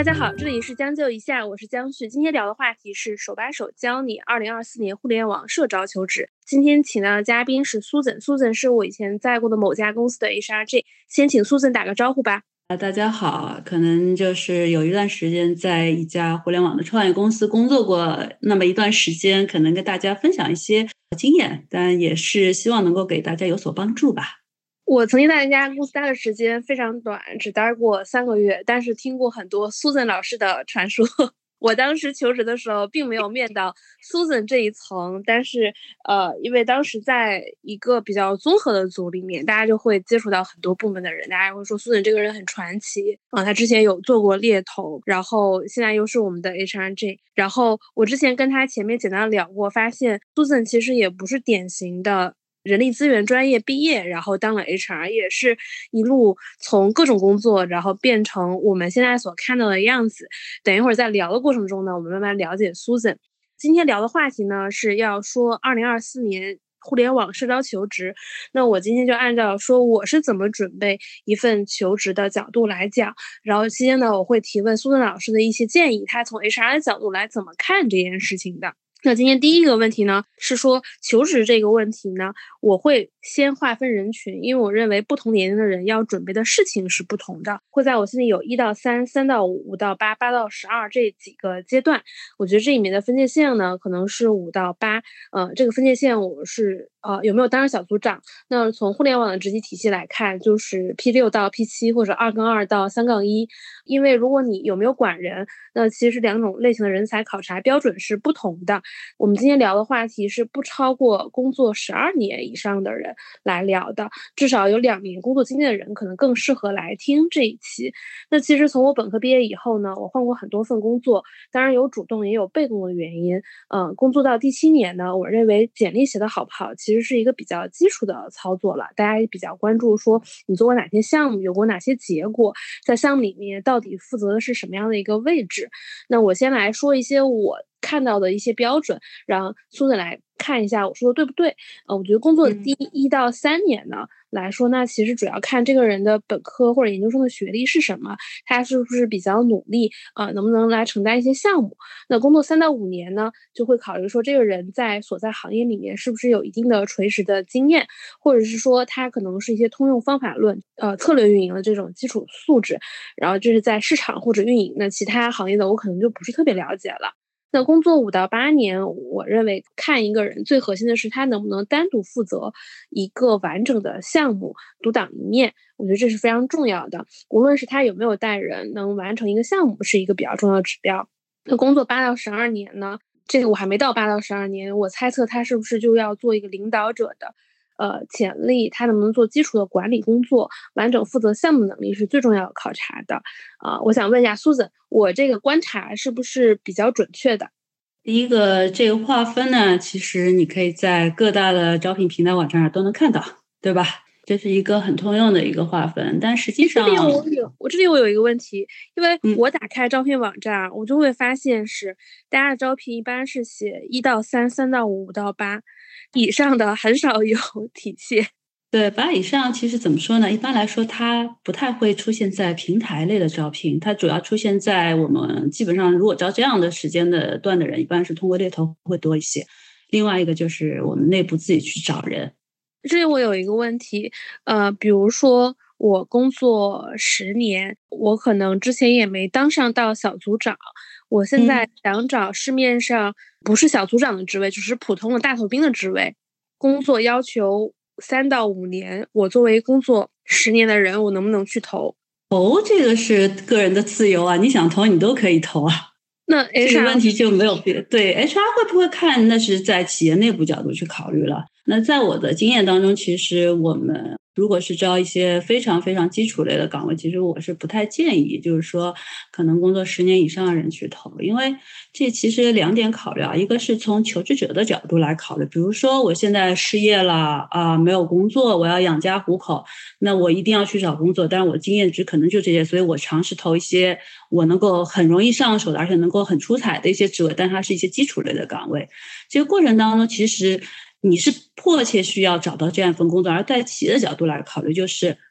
大家好，这里是将就一下，我是江旭。今天聊的话题是手把手教你2024年互联网社招求职。今天请到的嘉宾是 Susan 是我以前在过的某家公司的 HRG。先请 Susan 打个招呼吧。 大家好，可能就是有一段时间在一家互联网的创业公司工作过那么一段时间，可能跟大家分享一些经验，但也是希望能够给大家有所帮助吧。 我曾经在一家公司待的时间非常短，只待过3个月，但是听过很多 Susan 老师的传说。我当时求职的时候并没有面到 Susan 这一层，但是因为当时在一个比较综合的组里面，大家就会接触到很多部门的人，大家会说 Susan 这个人很传奇啊，他之前有做过猎头，然后现在又是我们的 HRG。然后我之前跟他前面简单聊过，发现 Susan 其实也不是典型的人力资源专业毕业，然后当了 HR， 也是一路从各种工作，然后变成我们现在所看到的样子。等一会儿在聊的过程中呢，我们慢慢了解 Susan。今天聊的话题呢，是要说2024年互联网社招求职。那我今天就按照说我是怎么准备一份求职的角度来讲，然后期间呢，我会提问Susan老师的一些建议，他从 HR 的角度来怎么看这件事情的。那今天第一个问题呢，是说求职这个问题呢，我会先划分人群，因为我认为不同年龄的人要准备的事情是不同的，会在我心里有1到3、3到5、5到8、8到12这几个阶段。我觉得这里面的分界线呢，可能是5到8。这个分界线我是有没有当上小组长？那从互联网的职级体系来看，就是 P6 到 P7 或者2-2到3-1。因为如果你有没有管人，那其实2种类型的人才考察标准是不同的。我们今天聊的话题是不超过工作12年以上的人来聊的，至少有2年工作经验的人可能更适合来听这一期。那其实从我本科毕业以后呢，我换过很多份工作，当然有主动也有被动的原因。工作到第7年呢，我认为简历写得好不好其实是一个比较基础的操作了，大家也比较关注说你做过哪些项目，有过哪些结果，在项目里面到底负责的是什么样的一个位置。那我先来说一些我看到的一些标准，让苏子来看一下我说的对不对。我觉得工作的第1到3年呢来说，那其实主要看这个人的本科或者研究生的学历是什么，他是不是比较努力能不能来承担一些项目。那工作3到5年呢，就会考虑说这个人在所在行业里面是不是有一定的垂直的经验，或者是说他可能是一些通用方法论策略运营的这种基础素质。然后这是在市场或者运营，那其他行业的我可能就不是特别了解了。那工作5到8年，我认为看一个人最核心的是他能不能单独负责一个完整的项目，独当一面，我觉得这是非常重要的。无论是他有没有带人，能完成一个项目是一个比较重要的指标。那工作8到12年呢，这个我还没到8到12年，我猜测他是不是就要做一个领导者的潜力，他能不能做基础的管理工作，完整负责项目能力是最重要的考察的。我想问一下 Susan， 我这个观察是不是比较准确的？ 第一个这个划分呢，其实你可以在各大的招聘平台网站上都能看到，对吧？这是一个很通用的一个划分，但实际上我这里有一个问题，因为我打开招聘网站，我就会发现是大家的招聘一般是写1到3、3到5、5到8以上的，很少有体现。 对，8以上其实怎么说呢？一般来说，它不太会出现在平台类的招聘，它主要出现在我们基本上如果招这样的时间的段的人，一般是通过猎头会多一些。另外一个就是我们内部自己去找人。 这里我有一个问题，比如说我工作10年，我可能之前也没当上到小组长，我现在想找市面上不是小组长的职位，就是普通的大头兵的职位，工作要求3到5年，我作为工作10年的人，我能不能去投？ 这个是个人的自由啊，你想投你都可以投啊。 那 HR 这个问题就没有别对 HR 会不会看，那是在企业内部角度去考虑了。那在我的经验当中，其实我们如果是招一些非常非常基础类的岗位，其实我是不太建议，就是说可能工作10年以上的人去投，因为这其实2点考虑啊，一个是从求职者的角度来考虑，比如说我现在失业了没有工作，我要养家糊口，那我一定要去找工作，但是我经验值可能就这些，所以我尝试投一些我能够很容易上手的，而且能够很出彩的一些职位，但它是一些基础类的岗位。这个过程当中，其实你是迫切需要找到这样一份工作，而在企业的角度来考虑，就是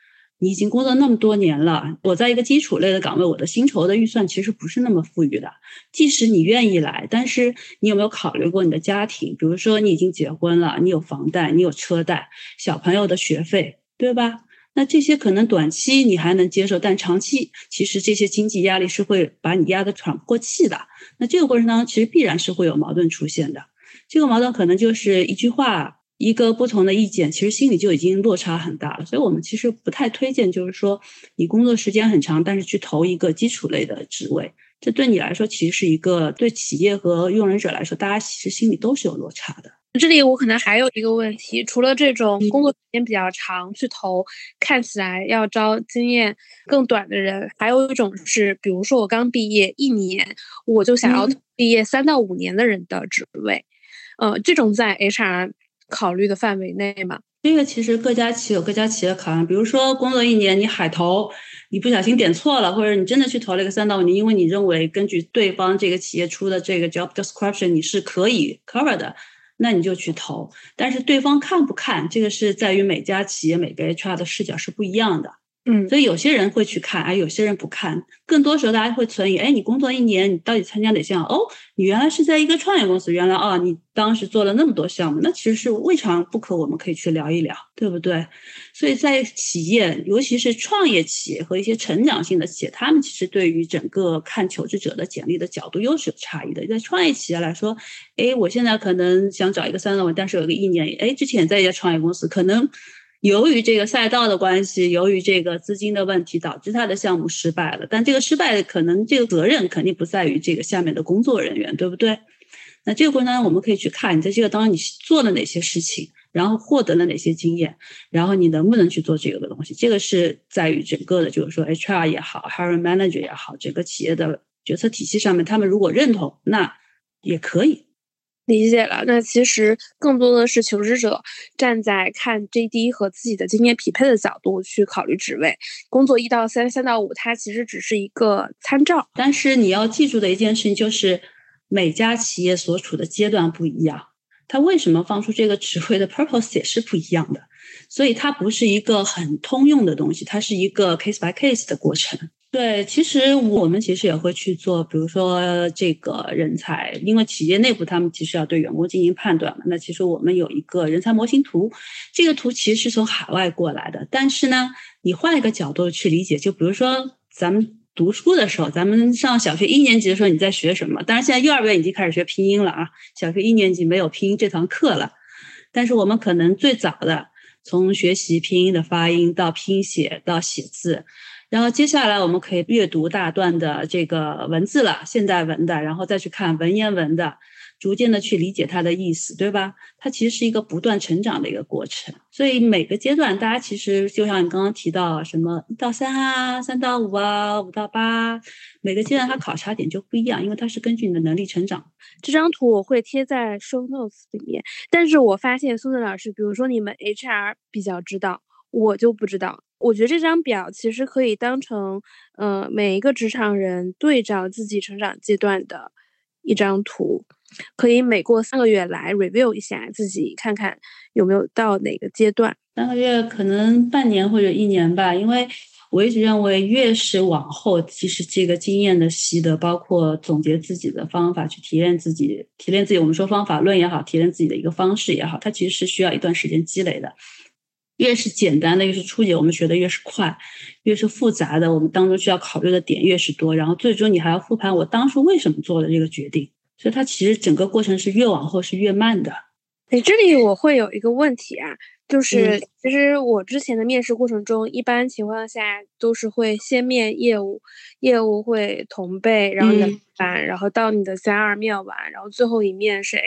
你已经工作那么多年了，我在一个基础类的岗位，我的薪酬的预算其实不是那么富裕的。即使你愿意来，但是你有没有考虑过你的家庭？比如说你已经结婚了，你有房贷，你有车贷，小朋友的学费，对吧？那这些可能短期你还能接受，但长期其实这些经济压力是会把你压得喘不过气的。那这个过程当中其实必然是会有矛盾出现的。这个矛盾可能就是一句话，一个不同的意见，其实心里就已经落差很大了。所以我们其实不太推荐，就是说你工作时间很长，但是去投一个基础类的职位，这对你来说其实是一个，对企业和用人者来说，大家其实心里都是有落差的。 这里我可能还有一个问题，除了这种工作时间比较长去投看起来要招经验更短的人，还有一种是比如说我刚毕业1年，我就想要毕业3到5年的人的职位，这种在 HR 考虑的范围内吗？ 这个其实各家企业有各家企业的考量，比如说工作1年你海投，你不小心点错了，或者你真的去投了一个3到5年，因为你认为根据对方这个企业出的这个 job description 你是可以 cover 的，那你就去投。但是对方看不看，这个是在于每家企业每个 HR 的视角是不一样的。所以有些人会去看，有些人不看。更多时候大家会存疑，你工作1年，你到底参加哪项？你原来是在一个创业公司，原来你当时做了那么多项目，那其实是未尝不可，我们可以去聊一聊，对不对？所以在企业，尤其是创业企业和一些成长性的企业，他们其实对于整个看求职者的简历的角度又是有差异的。在创业企业来说，我现在可能想找一个3到5年，但是有一个1年，之前在一家创业公司，可能由于这个赛道的关系，由于这个资金的问题，导致他的项目失败了。但这个失败可能这个责任肯定不在于这个下面的工作人员，对不对？那这个过程当中我们可以去看你在这个当中你做了哪些事情，然后获得了哪些经验，然后你能不能去做这个的东西。这个是在于整个的就是说 HR 也好 hiring manager 也好，整个企业的决策体系上面，他们如果认同，那也可以。 理解了，那其实更多的是求职者站在看 JD 和自己的经验匹配的角度去考虑职位。工作1到3、3到5，它其实只是一个参照。 但是你要记住的一件事情就是，每家企业所处的阶段不一样，它为什么放出这个职位的 purpose 也是不一样的，所以它不是一个很通用的东西，它是一个 case by case 的过程。对，其实我们其实也会去做，比如说这个人才，因为企业内部他们其实要对员工进行判断嘛。那其实我们有一个人才模型图，这个图其实是从海外过来的。但是呢，你换一个角度去理解，就比如说咱们读书的时候，咱们上小学1年级的时候你在学什么？当然现在幼儿园已经开始学拼音了啊，小学1年级没有拼音这堂课了。但是我们可能最早的从学习拼音的发音到拼写到写字。然后接下来我们可以阅读大段的这个文字了，现代文的，然后再去看文言文的，逐渐的去理解它的意思，对吧？它其实是一个不断成长的一个过程。所以每个阶段大家其实就像你刚刚提到什么1到3啊，3到5啊，5到8，每个阶段它考察点就不一样，因为它是根据你的能力成长。 这张图我会贴在 show notes 里面，但是我发现苏子老师，比如说你们 HR 比较知道，我就不知道。我觉得这张表其实可以当成每一个职场人对照自己成长阶段的一张图，可以每过3个月来 review 一下自己，看看有没有到哪个阶段。 3个月可能半年或者1年吧，因为我一直认为越是往后，其实这个经验的习得，包括总结自己的方法，去提炼自己，我们说方法论也好，提炼自己的一个方式也好，它其实是需要一段时间积累的。越是简单的，越是初级，我们学的越是快；越是复杂的，我们当中需要考虑的点越是多。然后最终你还要复盘我当初为什么做了这个决定，所以它其实整个过程是越往后是越慢的。 这里我会有一个问题啊，就是其实我之前的面试过程中，一般情况下都是会先面业务，业务会同辈，然后你的班，然后到你的3-2面完，然后最后一面是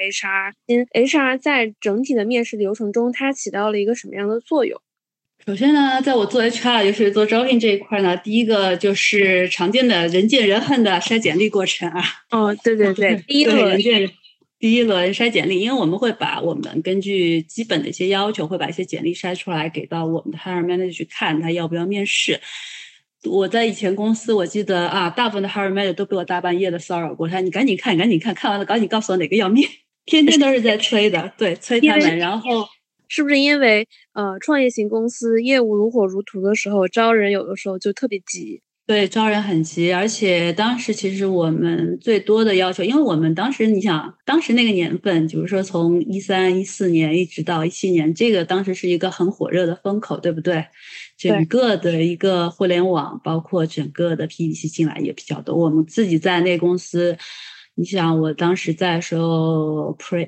HR。HR 在整体的面试流程中，它起到了一个什么样的作用？ 首先呢，在我做 HR 就是做招聘这一块呢，第一个就是常见的人见人恨的筛简历过程啊。 对对对， 第一轮筛简历，因为我们会把我们根据基本的一些要求，会把一些简历筛出来给到我们的 hiring manager 去看他要不要面试。我在以前公司，我记得大部分的 hiring manager 都被我大半夜的骚扰过，他说你赶紧看，看完了赶紧告诉我哪个要面，天天都是在催的，对，催他们。然后是不是因为创业型公司业务如火如荼的时候，招人有的时候就特别急？ 对，招人很急，而且当时其实我们最多的要求，因为我们当时你想，当时那个年份，比如说从13、14年一直到17年，这个当时是一个很火热的风口，对不对？整对， 个的一个互联网，包括整个的 PVC 进来也比较多。我们自己在那公司，你想我当时在的时候，Pre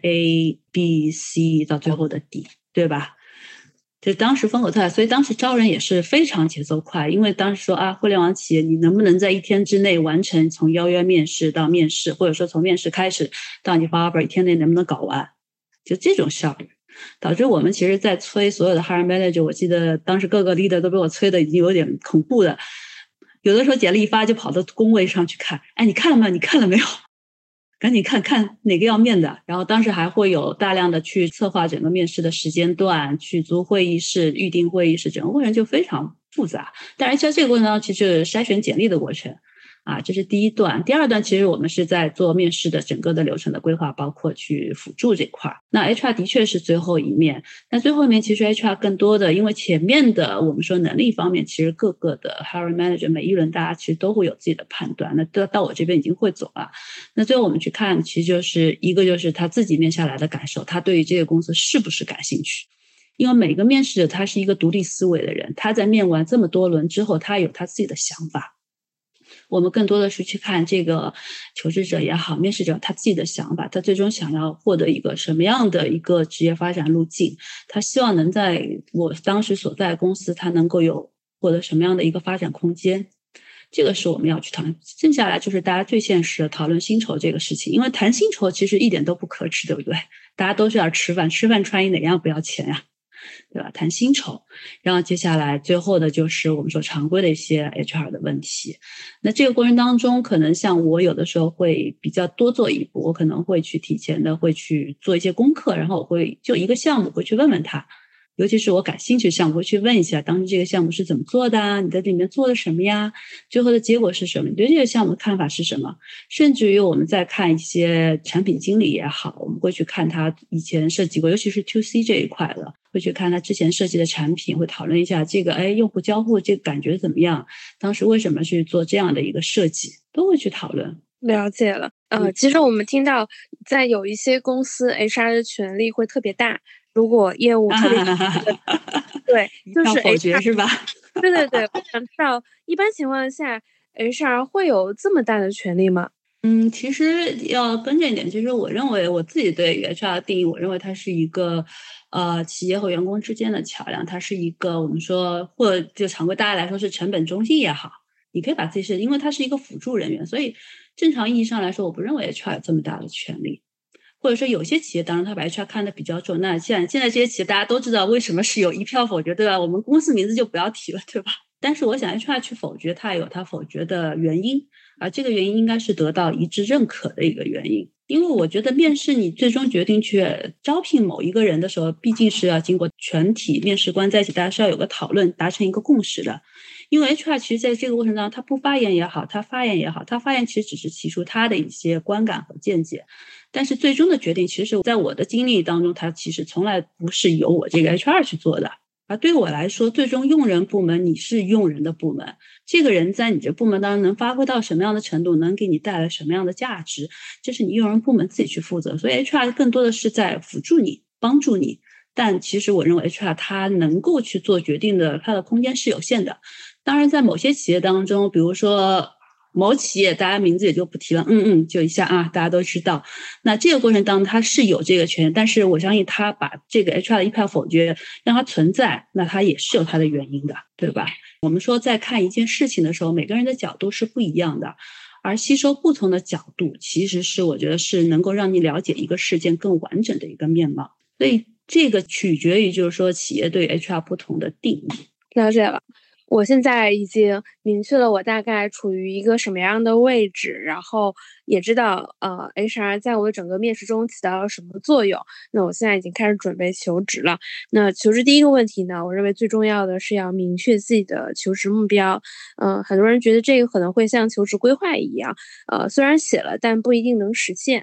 A、B、C 到最后的 D，对吧？就当时风口特大，所以当时招人也是非常节奏快。因为当时说啊，互联网企业你能不能在1天之内完成从邀约面试到面试，或者说从面试开始到你发 offer 1天内能不能搞完？就这种效率，导致我们其实在催所有的 hiring manager。我记得当时各个 leader 都被我催的已经有点恐怖了，有的时候简历一发就跑到工位上去看，哎，你看了吗？你看了没有？赶紧看看哪个要面的，然后当时还会有大量的去策划整个面试的时间段，去租会议室、预定会议室，整个过程就非常复杂。但是在这个过程当中，其实是筛选简历的过程啊，这是第一段。第二段其实我们是在做面试的整个的流程的规划，包括去辅助这块。那 HR 的确是最后一面，那最后一面其实 HR 更多的，因为前面的我们说能力方面，其实各个的 hiring manager 每一轮大家其实都会有自己的判断，那到我这边已经会走了。那最后我们去看，其实就是一个就是他自己面下来的感受，他对于这个公司是不是感兴趣。因为每个面试者他是一个独立思维的人，他在面完这么多轮之后，他有他自己的想法。我们更多的是去看这个求职者也好，面试者他自己的想法，他最终想要获得一个什么样的一个职业发展路径，他希望能在我当时所在的公司，他能够有获得什么样的一个发展空间。这个是我们要去谈。剩下来就是大家最现实的讨论薪酬这个事情，因为谈薪酬其实一点都不可耻，对不对？大家都是要吃饭，吃饭穿衣哪样不要钱呀？对吧？谈薪酬，然后接下来最后的就是我们说常规的一些 HR 的问题。那这个过程当中，可能像我有的时候会比较多做一步，我可能会去提前的会去做一些功课，然后我会就一个项目会去问问他。尤其是我感兴趣的项目，会去问一下当时这个项目是怎么做的啊？你在里面做了什么呀？最后的结果是什么？你对这个项目的看法是什么？甚至于我们在看一些产品经理也好，我们会去看他以前设计过，尤其是 2C 这一块的，会去看他之前设计的产品，会讨论一下这个用户交互这个感觉怎么样？当时为什么去做这样的一个设计，都会去讨论。 了解了。其实我们听到在有一些公司 HR 的权力会特别大，如果业务特别对，就是一票否决 HR。 是吧？ 对对对，我想知道一般情况下 HR 会有这么大的权利吗？ 其实要更正一点，其实我认为我自己对 HR 的定义，我认为它是一个企业和员工之间的桥梁，它是一个我们说或者就常规大家来说是成本中心也好，你可以把自己是因为它是一个辅助人员，所以正常意义上来说，我不认为 HR 有这么大的权利。或者说有些企业当然他把 HR 看得比较重，那现在这些企业大家都知道为什么是有一票否决，对吧？我们公司名字就不要提了，对吧？但是我想 HR 去否决，它有它否决的原因，而这个原因应该是得到一致认可的一个原因。因为我觉得面试你最终决定去招聘某一个人的时候，毕竟是要经过全体面试官在一起，大家是要有个讨论，达成一个共识的。因为 HR 其实在这个过程当中，他不发言也好，他发言也好，他发言其实只是提出他的一些观感和见解，但是最终的决定，其实在我的经历当中，他其实从来不是由我这个 HR 去做的。而对我来说，最终用人部门，你是用人的部门，这个人在你这部门当中能发挥到什么样的程度，能给你带来什么样的价值，这是你用人部门自己去负责。所以 HR 更多的是在辅助你，帮助你。但其实我认为 HR 它能够去做决定的，它的空间是有限的。当然，在某些企业当中，比如说某企业，大家名字也就不提了，就一下啊，大家都知道。那这个过程当中，他是有这个权，但是我相信他把这个 HR 的一票否决让它存在，那他也是有他的原因的，对吧？我们说在看一件事情的时候，每个人的角度是不一样的，而吸收不同的角度，其实是我觉得是能够让你了解一个事件更完整的一个面貌。所以这个取决于就是说企业对 HR 不同的定义。 了解了。我现在已经明确了我大概处于一个什么样的位置，然后也知道HR 在我的整个面试中起到了什么作用。那我现在已经开始准备求职了。那求职第一个问题呢，我认为最重要的是要明确自己的求职目标。很多人觉得这个可能会像求职规划一样，虽然写了，但不一定能实现。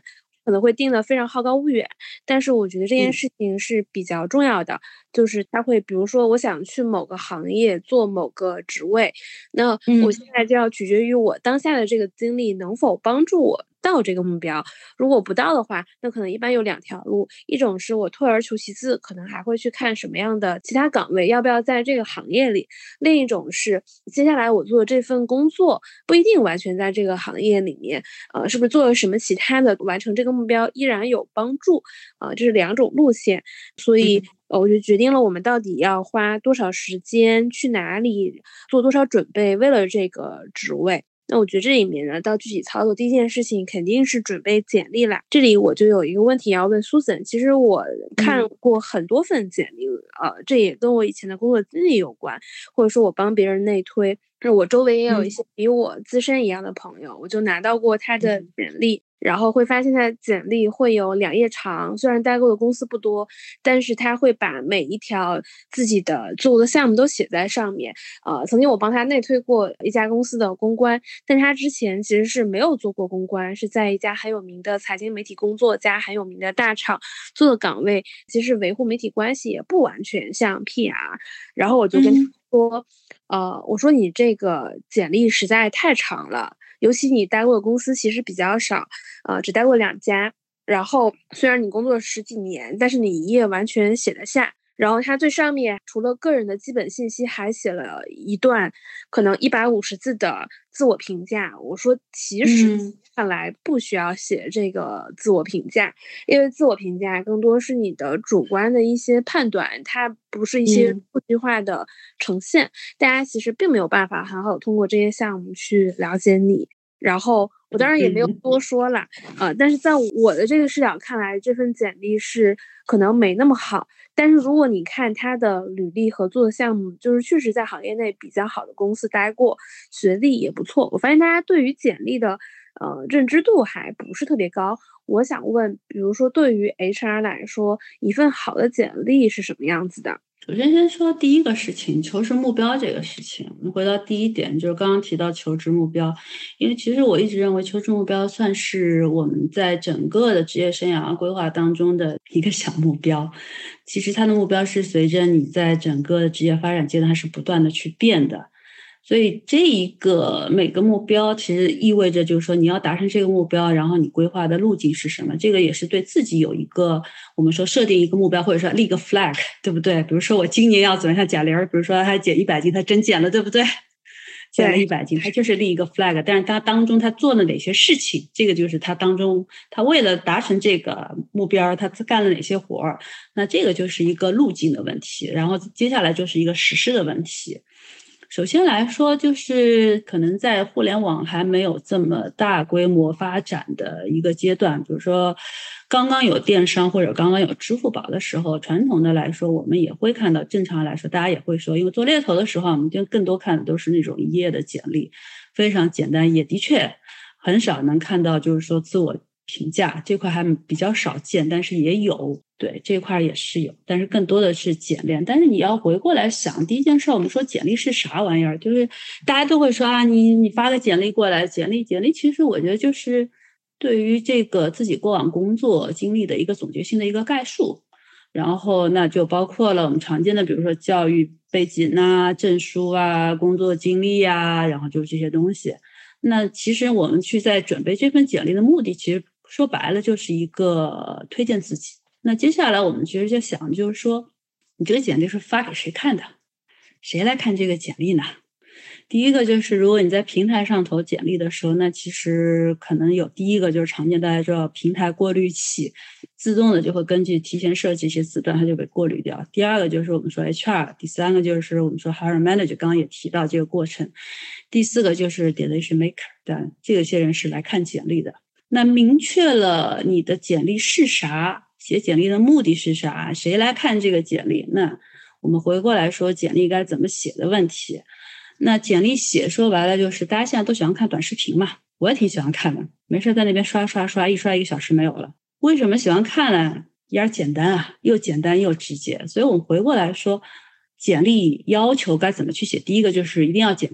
可能会定得非常好高骛远，但是我觉得这件事情是比较重要的，就是他会比如说我想去某个行业做某个职位，那我现在就要取决于我当下的这个经历能否帮助我到这个目标。如果不到的话，那可能一般有2条路，一种是我退而求其次，可能还会去看什么样的其他岗位，要不要在这个行业里；另一种是接下来我做的这份工作不一定完全在这个行业里面，是不是做了什么其他的，完成这个目标依然有帮助，这是2种路线。所以我就决定了我们到底要花多少时间，去哪里，做多少准备，为了这个职位。那我觉得这里面呢，到具体操作第一件事情肯定是准备简历啦。这里我就有一个问题要问 Susan， 其实我看过很多份简历，这也跟我以前的工作经历有关，或者说我帮别人内推，我周围也有一些比我资深一样的朋友，我就拿到过他的简历。然后会发现他的简历会有2页长，虽然待过的公司不多，但是他会把每一条自己的做的项目都写在上面。曾经我帮他内推过一家公司的公关，但他之前其实是没有做过公关，是在一家很有名的财经媒体工作加很有名的大厂做的岗位，其实维护媒体关系也不完全像 PR。然后我就跟他说，我说你这个简历实在太长了，尤其你待过的公司其实比较少，只待过2家，然后虽然你工作10几年，但是你一页完全写得下。然后它最上面除了个人的基本信息，还写了一段可能150字的自我评价。我说其实看来不需要写这个自我评价，因为自我评价更多是你的主观的一些判断，它不是一些数据化的呈现，大家其实并没有办法很好通过这些项目去了解你。然后我当然也没有多说了，但是在我的这个视角看来，这份简历是可能没那么好。但是如果你看他的履历和做的项目，就是确实在行业内比较好的公司待过，学历也不错。我发现大家对于简历的认知度还不是特别高。我想问，比如说对于 HR 来说，一份好的简历是什么样子的？ 首先说第一个事情，求职目标这个事情。我们回到第一点，就是刚刚提到求职目标，因为其实我一直认为求职目标算是我们在整个的职业生涯规划当中的一个小目标。其实它的目标是随着你在整个的职业发展阶段是不断的去变的。所以这一个每个目标其实意味着就是说你要达成这个目标，然后你规划的路径是什么，这个也是对自己有一个我们说设定一个目标，或者说立个 flag， 对不对？比如说我今年要怎么像贾玲，比如说她减100斤，她真减了，对不对？减了100斤，她就是立一个 flag， 但是她当中她做了哪些事情，这个就是她当中她为了达成这个目标，她干了哪些活儿，那这个就是一个路径的问题，然后接下来就是一个实施的问题。首先来说，就是可能在互联网还没有这么大规模发展的一个阶段，比如说刚刚有电商或者刚刚有支付宝的时候，传统的来说，我们也会看到，正常来说，大家也会说，因为做猎头的时候，我们就更多看的都是那种一页的简历，非常简单，也的确很少能看到，就是说自我评价这块还比较少见，但是也有。对，这块也是有，但是更多的是简练。但是你要回过来想，第一件事我们说简历是啥玩意儿，就是大家都会说啊，你发个简历过来，简历其实我觉得就是对于这个自己过往工作经历的一个总结性的一个概述。然后那就包括了我们常见的，比如说教育背景啊、证书啊、工作经历啊，然后就是这些东西。那其实我们去在准备这份简历的目的，其实说白了就是一个推荐自己。那接下来我们其实就想，就是说，你这个简历是发给谁看的？谁来看这个简历呢？第一个就是，如果你在平台上投简历的时候，那其实可能有第一个就是常见大家知道平台过滤器，自动的就会根据提前设计一些字段，它就被过滤掉。第二个就是我们说 HR， 第三个就是我们说 hiring manager， 刚刚也提到这个过程。第四个就是 decision maker， 对，这些人是来看简历的。那明确了你的简历是啥，写简历的目的是啥，谁来看这个简历，那我们回过来说简历该怎么写的问题。那简历写说白了就是大家现在都喜欢看短视频嘛，我也挺喜欢看的，没事在那边刷，一刷1个小时没有了。为什么喜欢看呢？一点简单啊，又简单又直接。所以我们回过来说简历要求该怎么去写，第一个就是一定要简洁，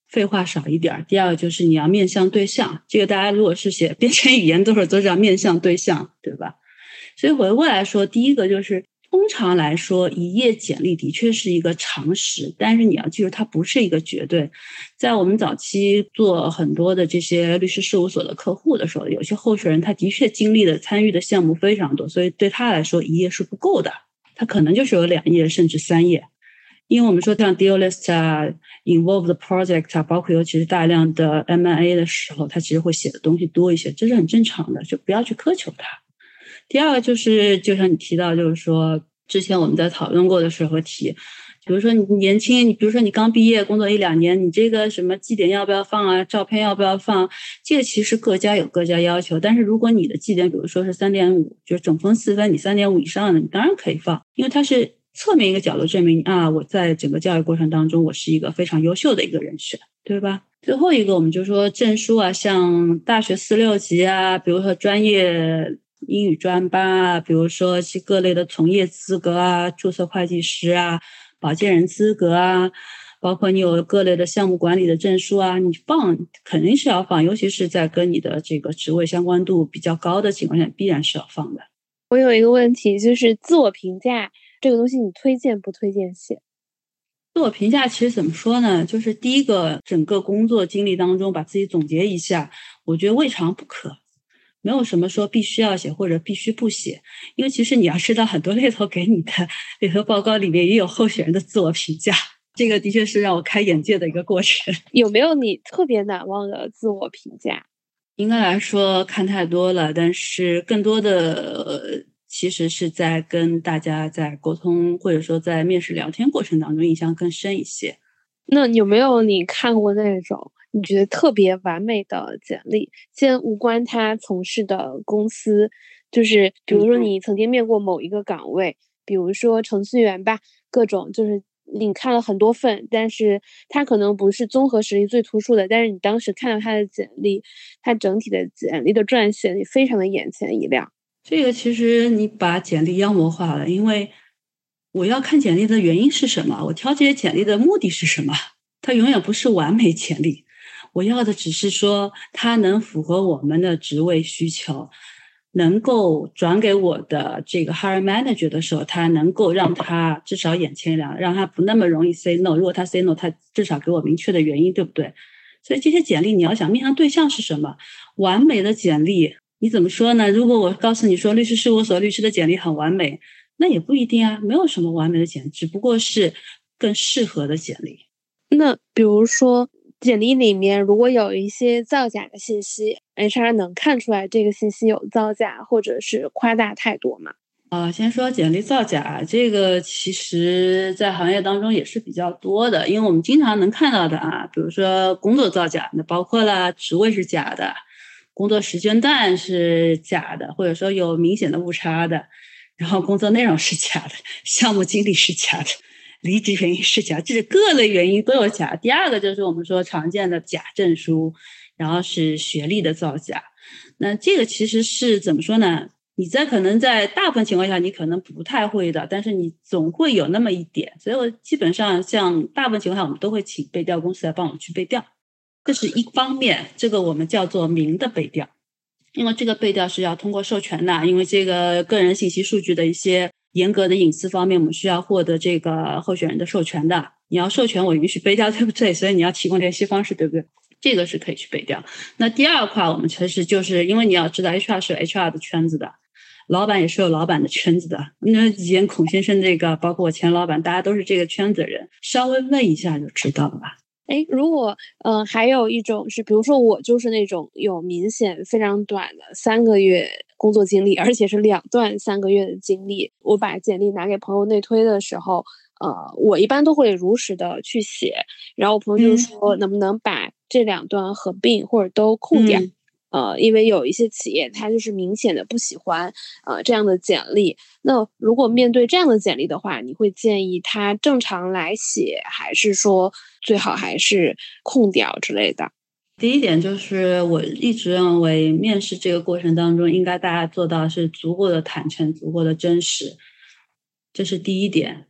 废话少一点。第二个就是你要面向对象，这个大家如果是写编程语言都知道面向对象，对吧？所以回过来说，第一个就是通常来说一页简历的确是一个常识，但是你要记住它不是一个绝对。在我们早期做很多的这些律师事务所的客户的时候，有些候选人他的确经历的参与的项目非常多，所以对他来说一页是不够的，他可能就是有2页甚至3页。因为我们说像 deal list 啊 involved project 啊，包括尤其是大量的 M&A 的时候，他其实会写的东西多一些，这是很正常的，就不要去苛求他。第二个就是就像你提到，就是说之前我们在讨论过的时候提，比如说你年轻，你比如说你刚毕业工作1-2年，你这个什么绩点要不要放啊，照片要不要放，这个其实各家有各家要求，但是如果你的绩点比如说是 3.5， 就是总分4分，你 3.5 以上的你当然可以放，因为它是侧面一个角度证明啊，我在整个教育过程当中我是一个非常优秀的一个人选，对吧？最后一个我们就说证书啊，像大学4、6级啊，比如说专业英语专班啊，比如说是各类的从业资格啊，注册会计师啊，保荐人资格啊，包括你有各类的项目管理的证书啊，你放肯定是要放，尤其是在跟你的这个职位相关度比较高的情况下，必然是要放的。 我有一个问题，就是自我评价这个东西，你推荐不推荐写？ 自我评价其实怎么说呢？就是第一个，整个工作经历当中把自己总结一下，我觉得未尝不可。没有什么说必须要写或者必须不写，因为其实你要知道很多猎头给你的猎头报告里面也有候选人的自我评价，这个的确是让我开眼界的一个过程。 有没有你特别难忘的自我评价？ 应该来说看太多了，但是更多的其实是在跟大家在沟通或者说在面试聊天过程当中印象更深一些。 那有没有你看过那种你觉得特别完美的简历，先无关他从事的公司，就是比如说你曾经面过某一个岗位，比如说程序员吧，各种就是你看了很多份，但是他可能不是综合实力最突出的，但是你当时看到他的简历，他整体的简历的撰写，你非常的眼前一亮。 这个其实你把简历妖魔化了，因为我要看简历的原因是什么？我挑这些简历的目的是什么？它永远不是完美简历，我要的只是说它能符合我们的职位需求，能够转给我的这个 hiring manager 的时候，他能够让他至少眼前一亮，让他不那么容易 say no。如果他 say no， 他至少给我明确的原因，对不对？所以这些简历你要想面向对象是什么？完美的简历你怎么说呢？如果我告诉你说律师事务所律师的简历很完美，那也不一定啊，没有什么完美的简历，只不过是更适合的简历。 那比如说简历里面如果有一些造假的信息， HR 能看出来这个信息有造假或者是夸大太多吗？ 先说简历造假，这个其实在行业当中也是比较多的，因为我们经常能看到的啊，比如说工作造假，那包括了职位是假的，工作时间段是假的，或者说有明显的误差的，然后工作内容是假的，项目经理是假的，离职原因是假，这是各类原因都有假。第二个就是我们说常见的假证书，然后是学历的造假。那这个其实是怎么说呢？你可能在大部分情况下你可能不太会的，但是你总会有那么一点。所以我基本上像大部分情况下我们都会请背调公司来帮我们去背调。这是一方面，这个我们叫做明的背调。因为这个背调是要通过授权的，因为这个个人信息数据的一些严格的隐私方面，我们需要获得这个候选人的授权的。你要授权我允许背调，对不对？所以你要提供联系方式，对不对？这个是可以去背调。那第二块我们其实就是因为你要知道 HR 是有 HR 的圈子的，老板也是有老板的圈子的。那以前孔先生这个包括我前老板，大家都是这个圈子的人，稍微问一下就知道了吧。 如果还有一种是比如说我就是那种有明显非常短的3个月工作经历，而且是2段3个月的经历，我把简历拿给朋友内推的时候，我一般都会如实的去写，然后我朋友就说能不能把这2段合并或者都空掉。因为有一些企业它就是明显的不喜欢这样的简历。那如果面对这样的简历的话，你会建议他正常来写，还是说最好还是空掉之类的？ 第一点就是我一直认为面试这个过程当中应该大家做到是足够的坦诚，足够的真实，这是第一点。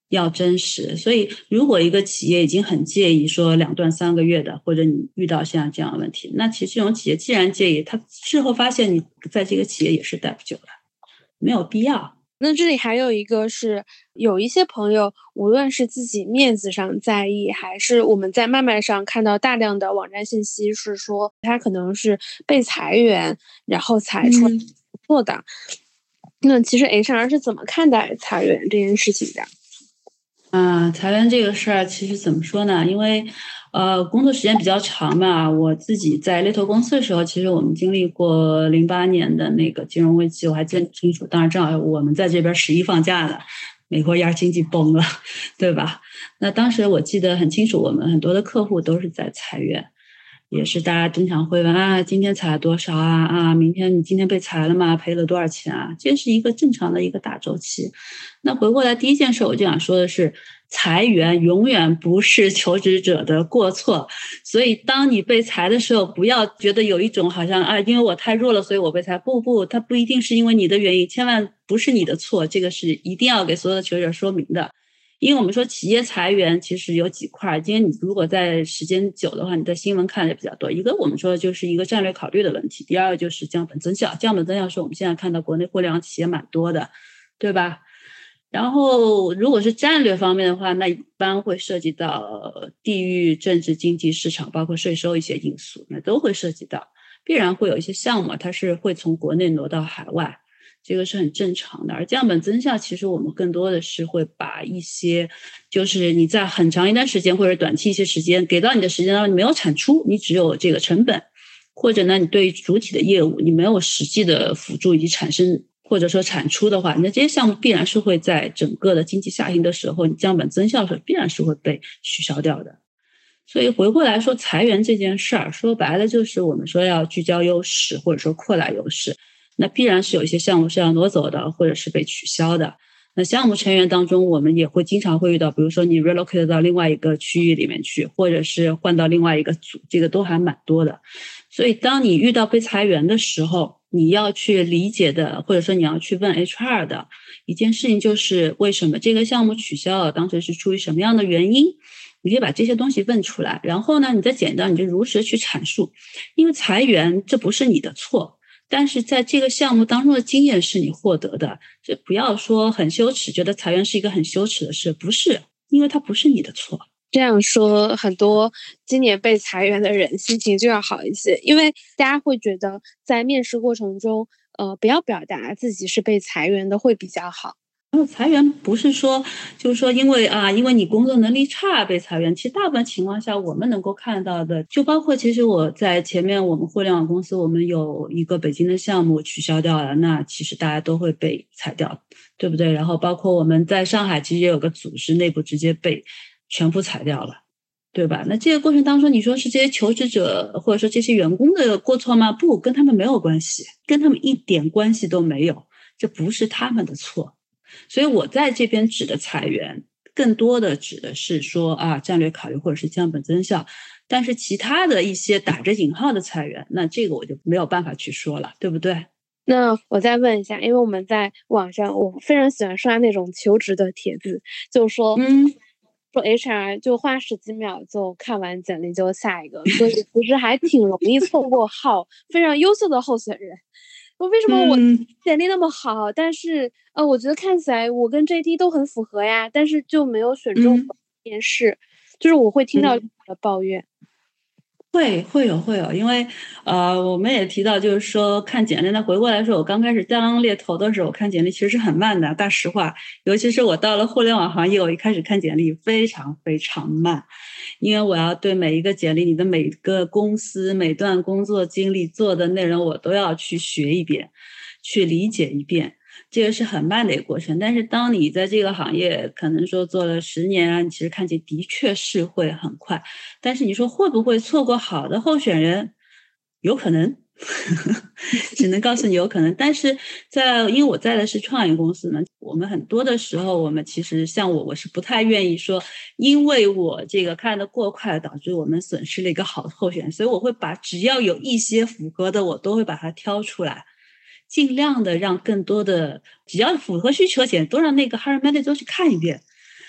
要真实。所以如果一个企业已经很介意说2段3个月的，或者你遇到像这样的问题，那其实这种企业既然介意，他事后发现你在这个企业也是待不久的，没有必要。 那这里还有一个是，有一些朋友，无论是自己面子上在意，还是我们在麦麦上看到大量的网站信息，是说他可能是被裁员，然后才出来做的。那其实 HR 是怎么看待裁员这件事情的？ 裁员这个事儿其实怎么说呢？因为工作时间比较长嘛，我自己在猎头公司的时候，其实我们经历过08年的那个金融危机，我还记得清楚。当然正好我们在这边11放假了，美国经济崩了，对吧？那当时我记得很清楚，我们很多的客户都是在裁员，也是大家经常会问今天裁了多少明天你今天被裁了吗？赔了多少钱啊？这是一个正常的一个大周期。那回过来第一件事我就想说的是，裁员永远不是求职者的过错。所以当你被裁的时候，不要觉得有一种好像因为我太弱了所以我被裁。不，它不一定是因为你的原因，千万不是你的错，这个是一定要给所有的求职者说明的。因为我们说企业裁员其实有几块，今天你如果在时间久的话，你在新闻看的比较多。一个我们说的就是一个战略考虑的问题，第二个就是降本增效。降本增效是我们现在看到国内互联网企业蛮多的，对吧？然后如果是战略方面的话，那一般会涉及到地域、政治、经济、市场，包括税收一些因素，那都会涉及到。必然会有一些项目它是会从国内挪到海外，这个是很正常的。而降本增效其实我们更多的是会把一些就是你在很长一段时间或者短期一些时间给到你的时间当中，你没有产出，你只有这个成本，或者呢你对主体的业务你没有实际的辅助以及产生或者说产出的话，那这些项目必然是会在整个的经济下行的时候，你降本增效的时候必然是会被取消掉的。所以回过来说裁员这件事儿，说白了就是我们说要聚焦优势或者说扩大优势，那必然是有一些项目是要挪走的或者是被取消的。那项目成员当中我们也会经常会遇到，比如说你 relocate 到另外一个区域里面去，或者是换到另外一个组，这个都还蛮多的。所以当你遇到被裁员的时候，你要去理解的或者说你要去问 HR 的一件事情就是为什么这个项目取消了，当时是出于什么样的原因，你可以把这些东西问出来，然后呢你再简单你就如实去阐述。因为裁员这不是你的错，但是在这个项目当中的经验是你获得的，就不要说很羞耻，觉得裁员是一个很羞耻的事，不是，因为它不是你的错。 这样说，很多今年被裁员的人心情就要好一些，因为大家会觉得在面试过程中，不要表达自己是被裁员的会比较好。 裁员不是说就是说因为你工作能力差被裁员，其实大部分情况下我们能够看到的，就包括其实我在前面我们互联网公司，我们有一个北京的项目取消掉了，那其实大家都会被裁掉，对不对？然后包括我们在上海其实也有个组织内部直接被全部裁掉了，对吧？那这个过程当中你说是这些求职者或者说这些员工的过错吗？不，跟他们没有关系，跟他们一点关系都没有，这不是他们的错。所以我在这边指的裁员更多的指的是说战略考虑或者是降本增效，但是其他的一些打着引号的裁员，那这个我就没有办法去说了，对不对？ 那我再问一下，因为我们在网上我非常喜欢刷那种求职的帖子，就说说 HR 就花10几秒就看完简历就下一个，所以其实还挺容易错过号非常优秀的候选人。为什么我简历那么好，但是我觉得看起来我跟 JD 都很符合呀，但是就没有选中面试，就是我会听到的抱怨。 会有，因为我们也提到，就是说看简历。那回过来说，我刚开始当猎头的时候，我看简历其实是很慢的，大实话。尤其是我到了互联网行业，我一开始看简历非常非常慢，因为我要对每一个简历、你的每个公司、每段工作经历做的内容，我都要去学一遍，去理解一遍。这个是很慢的一个过程，但是当你在这个行业可能说做了10年你其实看起来的确是会很快。但是你说会不会错过好的候选人？有可能只能告诉你有可能。但是因为我在的是创业公司呢，我们很多的时候我们其实像我是不太愿意说因为我这个看得过快导致我们损失了一个好的候选人，所以我会把只要有一些符合的我都会把它挑出来，尽量的让更多的只要符合需求点都让那个 hiring manager 都去看一遍，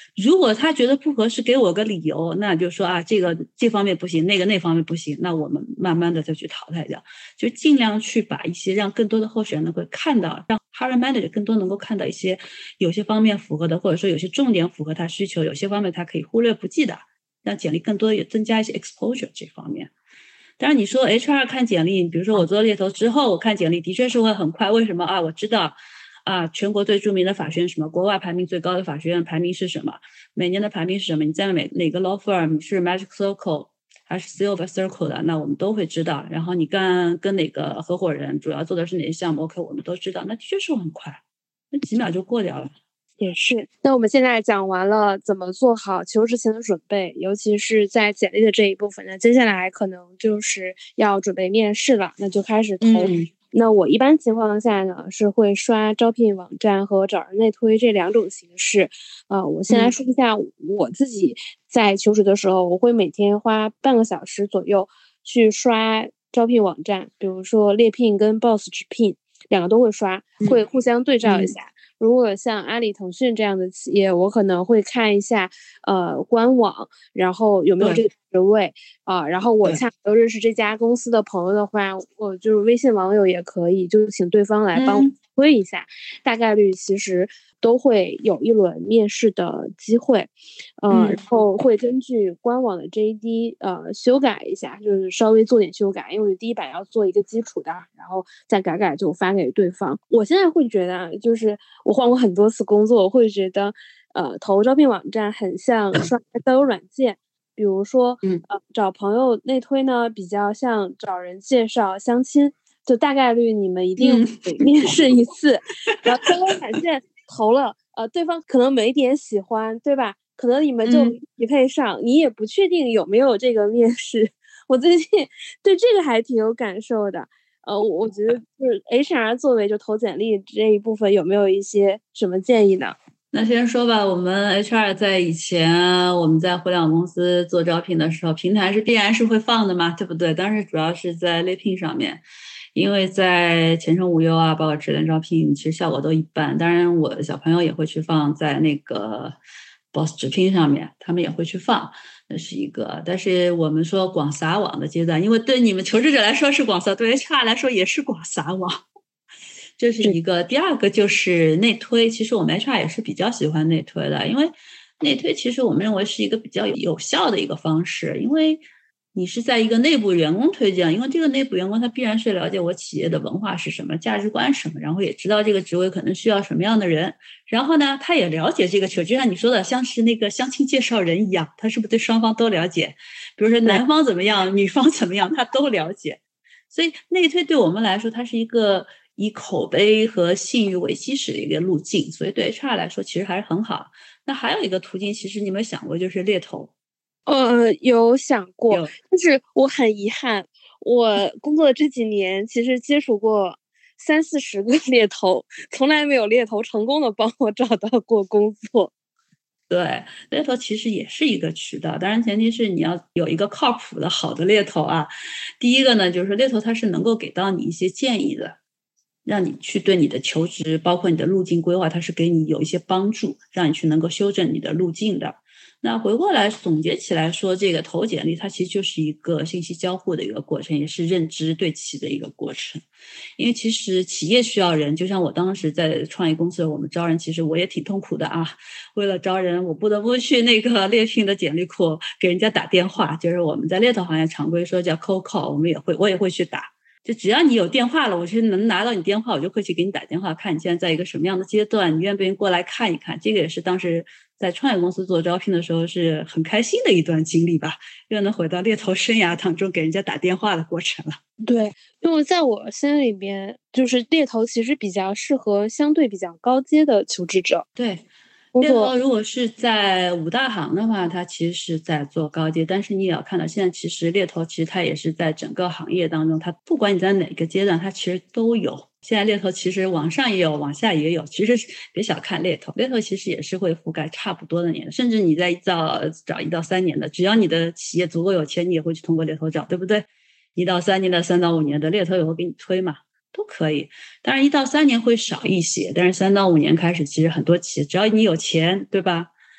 如果他觉得不合适，给我个理由，那就说啊，这方面不行，那方面不行，那我们慢慢的再去淘汰掉，就尽量去把一些让更多的候选人能够看到，让 hiring manager 更多能够看到一些有些方面符合的，或者说有些重点符合他需求，有些方面他可以忽略不计的，让简历更多也增加一些 exposure 这方面。当然你说 HR 看简历，比如说我做猎头之后，我看简历的确是会很快，为什么啊？我知道啊，全国最著名的法学院是什么？国外排名最高的法学院排名是什么？每年的排名是什么？你在哪个 law firm？ 你是 Magic Circle 还是 Silver Circle 的？那我们都会知道。然后你跟哪个合伙人，主要做的是哪些项目 ？OK， 我们都知道。那的确是很快，那几秒就过掉了。 也是。那我们现在讲完了怎么做好求职前的准备，尤其是在简历的这一部分，那接下来可能就是要准备面试了，那就开始投。那我一般情况下呢，是会刷招聘网站和找人内推这2种形式。我先来说一下我自己在求职的时候，我会每天花半个小时左右去刷招聘网站，比如说猎聘跟 Boss 直聘，2个都会刷，会互相对照一下。如果像阿里、腾讯这样的企业，我可能会看一下官网，然后有没有这个职位啊，然后我恰好认识这家公司的朋友的话，我就是微信网友也可以，就请对方来帮我推一下，大概率其实都会有一轮面试的机会，然后会根据官网的 JD 修改一下，就是稍微做点修改，因为第一版要做一个基础的，然后再改就发给对方。我现在会觉得，就是我换过很多次工作，我会觉得投招聘网站很像刷交友软件。比如说找朋友内推呢，比较像找人介绍相亲，就大概率你们一定得面试一次，然后交友软件投了对方可能没点喜欢，对吧？可能你们就匹配上，你也不确定有没有这个面试。我最近对这个还挺有感受的。我觉得就是 HR 作为就投简历这一部分，有没有一些什么建议呢？ 那先说吧，我们 HR 在以前我们在互联网公司做招聘的时候，平台是必然是会放的嘛，对不对？当时主要是在猎聘上面，因为在前程无忧啊，包括智联招聘，其实效果都一般。当然，我的小朋友也会去放在那个 Boss 直聘上面，他们也会去放，那是一个。但是我们说广撒网的阶段，因为对你们求职者来说是广撒，对 HR 来说也是广撒网。这是一个，第二个就是内推。其实我们 HR 也是比较喜欢内推的，因为内推其实我们认为是一个比较有效的一个方式，因为你是在一个内部员工推荐，因为这个内部员工他必然是了解我企业的文化是什么，价值观是什么，然后也知道这个职位可能需要什么样的人，然后呢，他也了解这个球，就像你说的，像是那个相亲介绍人一样，他是不是对双方都了解？比如说男方怎么样，女方怎么样，他都了解。所以内推对我们来说，它是一个以口碑和信誉为基石的一个路径，所以对 HR 来说其实还是很好。那还有一个途径，其实你有没有想过，就是猎头？ 有想过，但是我很遗憾，我工作的这几年其实接触过30-40个猎头，从来没有猎头成功的帮我找到过工作。 对，猎头其实也是一个渠道，当然前提是你要有一个靠谱的好的猎头啊。第一个呢，就是猎头他是能够给到你一些建议的，让你去对你的求职，包括你的路径规划，它是给你有一些帮助，让你去能够修正你的路径的。那回过来总结起来说，这个投简历它其实就是一个信息交互的一个过程，也是认知对齐的一个过程。因为其实企业需要人，就像我当时在创业公司，我们招人，其实我也挺痛苦的啊。为了招人，我不得不去那个猎聘的简历库给人家打电话，就是我们在猎头行业常规说叫 cold call， 我也会去打。就只要你有电话了，我是能拿到你电话，我就会去给你打电话，看你现在在一个什么样的阶段，你愿不愿意过来看一看。这个也是当时在创业公司做招聘的时候是很开心的一段经历吧，又能回到猎头生涯当中给人家打电话的过程了。 对，因为在我心里边，就是猎头其实比较适合相对比较高阶的求职者。 对，猎头如果是在5大行的话，它其实是在做高阶，但是你也要看到现在其实猎头其实它也是在整个行业当中，它不管你在哪个阶段，它其实都有。现在猎头其实往上也有，往下也有，其实别小看猎头，猎头其实也是会覆盖差不多的年，甚至你在找1到3年的，只要你的企业足够有钱，你也会去通过猎头找，对不对？1到3年的、3到5年的猎头也会给你推嘛。都可以，当然1到3年会少一些，但是3到5年开始，其实很多企业只要你有钱，对吧？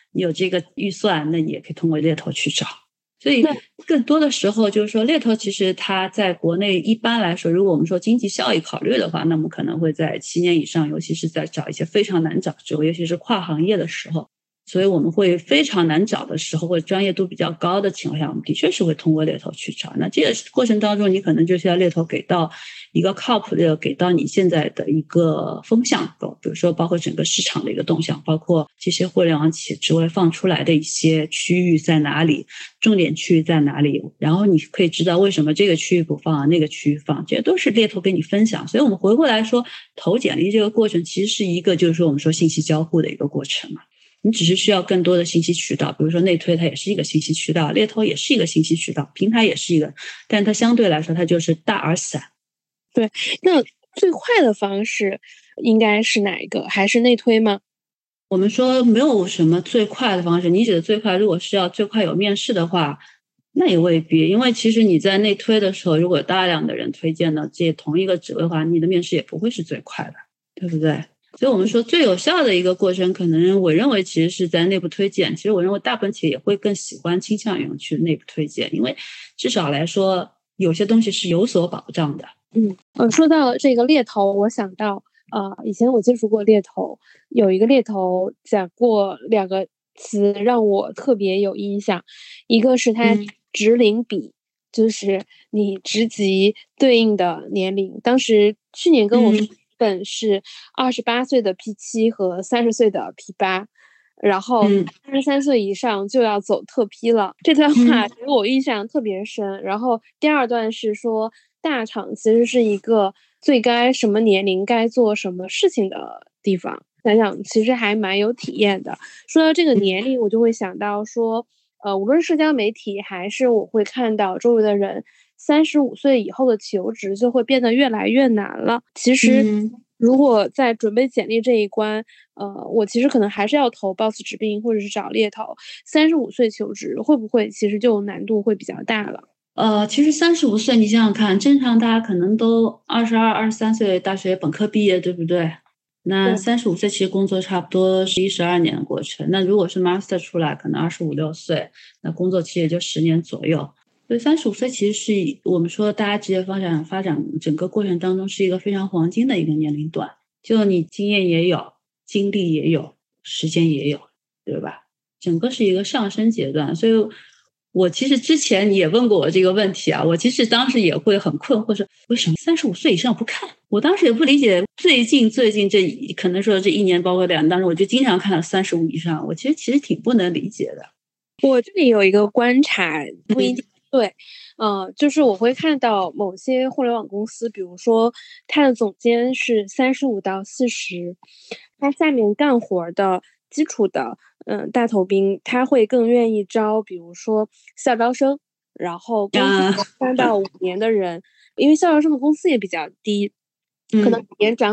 你有这个预算，那你也可以通过猎头去找。所以更多的时候就是说，猎头其实它在国内一般来说，如果我们说经济效益考虑的话，那么可能会在7年以上，尤其是在找一些非常难找职位，尤其是跨行业的时候。所以我们会非常难找的时候，或者专业度比较高的情况下，我们的确是会通过猎头去找。那这个过程当中，你可能就是要猎头给到一个靠谱的，给到你现在的一个风向，比如说包括整个市场的一个动向，包括这些互联网企业职位放出来的一些区域在哪里，重点区域在哪里，然后你可以知道为什么这个区域不放，那个区域放，这些都是猎头给你分享。所以我们回过来说，投简历这个过程其实是一个就是说我们说信息交互的一个过程嘛。你只是需要更多的信息渠道，比如说内推它也是一个信息渠道，猎头也是一个信息渠道，平台也是一个，但它相对来说它就是大而散。 对，那最快的方式应该是哪一个？还是内推吗？ 我们说没有什么最快的方式，你指的最快，如果是要最快有面试的话，那也未必，因为其实你在内推的时候，如果大量的人推荐的这同一个职位的话，你的面试也不会是最快的，对不对？所以我们说最有效的一个过程，可能我认为其实是在内部推荐。其实我认为大部分企业也会更喜欢倾向于去内部推荐，因为至少来说有些东西是有所保障的。 说到这个猎头，我想到以前我接触过猎头，有一个猎头讲过2个词让我特别有印象，一个是他职龄比，就是你职级对应的年龄。当时去年跟我说本是28岁的 P7 和30岁的 P8，然后33岁以上就要走特批了。这段话给我印象特别深。然后第二段是说，大厂其实是一个最该什么年龄该做什么事情的地方。想想其实还蛮有体验的。说到这个年龄，我就会想到说，无论社交媒体还是我会看到周围的人，35岁以后的求职就会变得越来越难了。其实如果在准备简历这一关，我其实可能还是要投 Boss 直聘或者是找猎头。35岁求职会不会其实就难度会比较大了？ 其实35岁你想想看，正常大家可能都22、23岁大学本科毕业，对不对？那35岁其实工作差不多11、12年的过程。那如果是 Master 出来，可能25、26岁，那工作其实也就10年左右。所以35岁其实是我们说大家职业发展整个过程当中是一个非常黄金的一个年龄段，就你经验也有，经历也有，时间也有，对吧？整个是一个上升阶段。所以我其实之前你也问过我这个问题啊，我其实当时也会很困惑，说为什么35岁以上不看？我当时也不理解。最近这可能说这1年包括2年当中，我就经常看到35以上，我其实挺不能理解的。 我这里有一个观察，不一定对，就是我会看到某些互联网公司，比如说他的总监是35到40，他下面干活的基础的大头兵，他会更愿意招，比如说校招生，然后工资3到5年的人，因为校招生的工资也比较低。可能年涨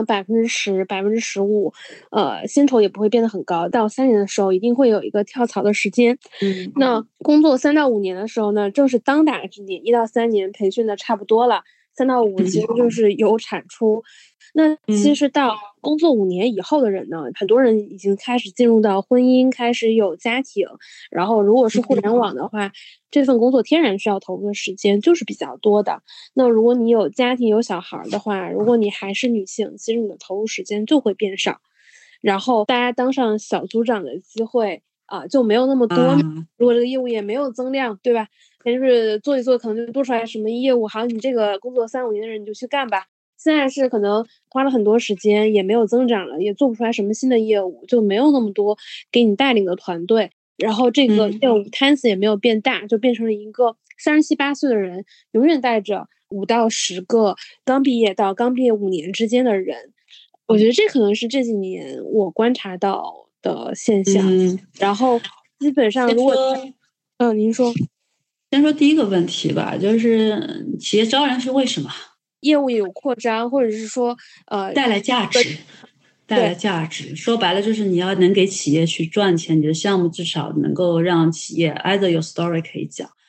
10%、15%，薪酬也不会变得很高。到3年的时候，一定会有一个跳槽的时间。那工作3到5年的时候呢，正是当打之年，1到3年培训的差不多了，3到5其实就是有产出。那其实到工作5年以后的人呢，很多人已经开始进入到婚姻，开始有家庭。然后如果是互联网的话，这份工作天然需要投入的时间就是比较多的。那如果你有家庭有小孩的话，如果你还是女性，其实你的投入时间就会变少。然后大家当上小组长的机会就没有那么多。如果这个业务也没有增量，对吧？就是做一做，可能就多出来什么业务。好，你这个工作3、5年的人你就去干吧。现在是可能花了很多时间，也没有增长了，也做不出来什么新的业务，就没有那么多给你带领的团队。然后这个业务摊子也没有变大，就变成了一个37、38岁的人永远带着5到10个刚毕业到刚毕业5年之间的人。我觉得这可能是这几年我观察到的现象。然后基本上如果您说， 先说第一个问题吧，就是企业招人是为什么？ 业务有扩张，或者是说带来价值。带来价值，说白了就是你要能给企业去赚钱，你的项目至少能够让企业 either 有 story 可以讲，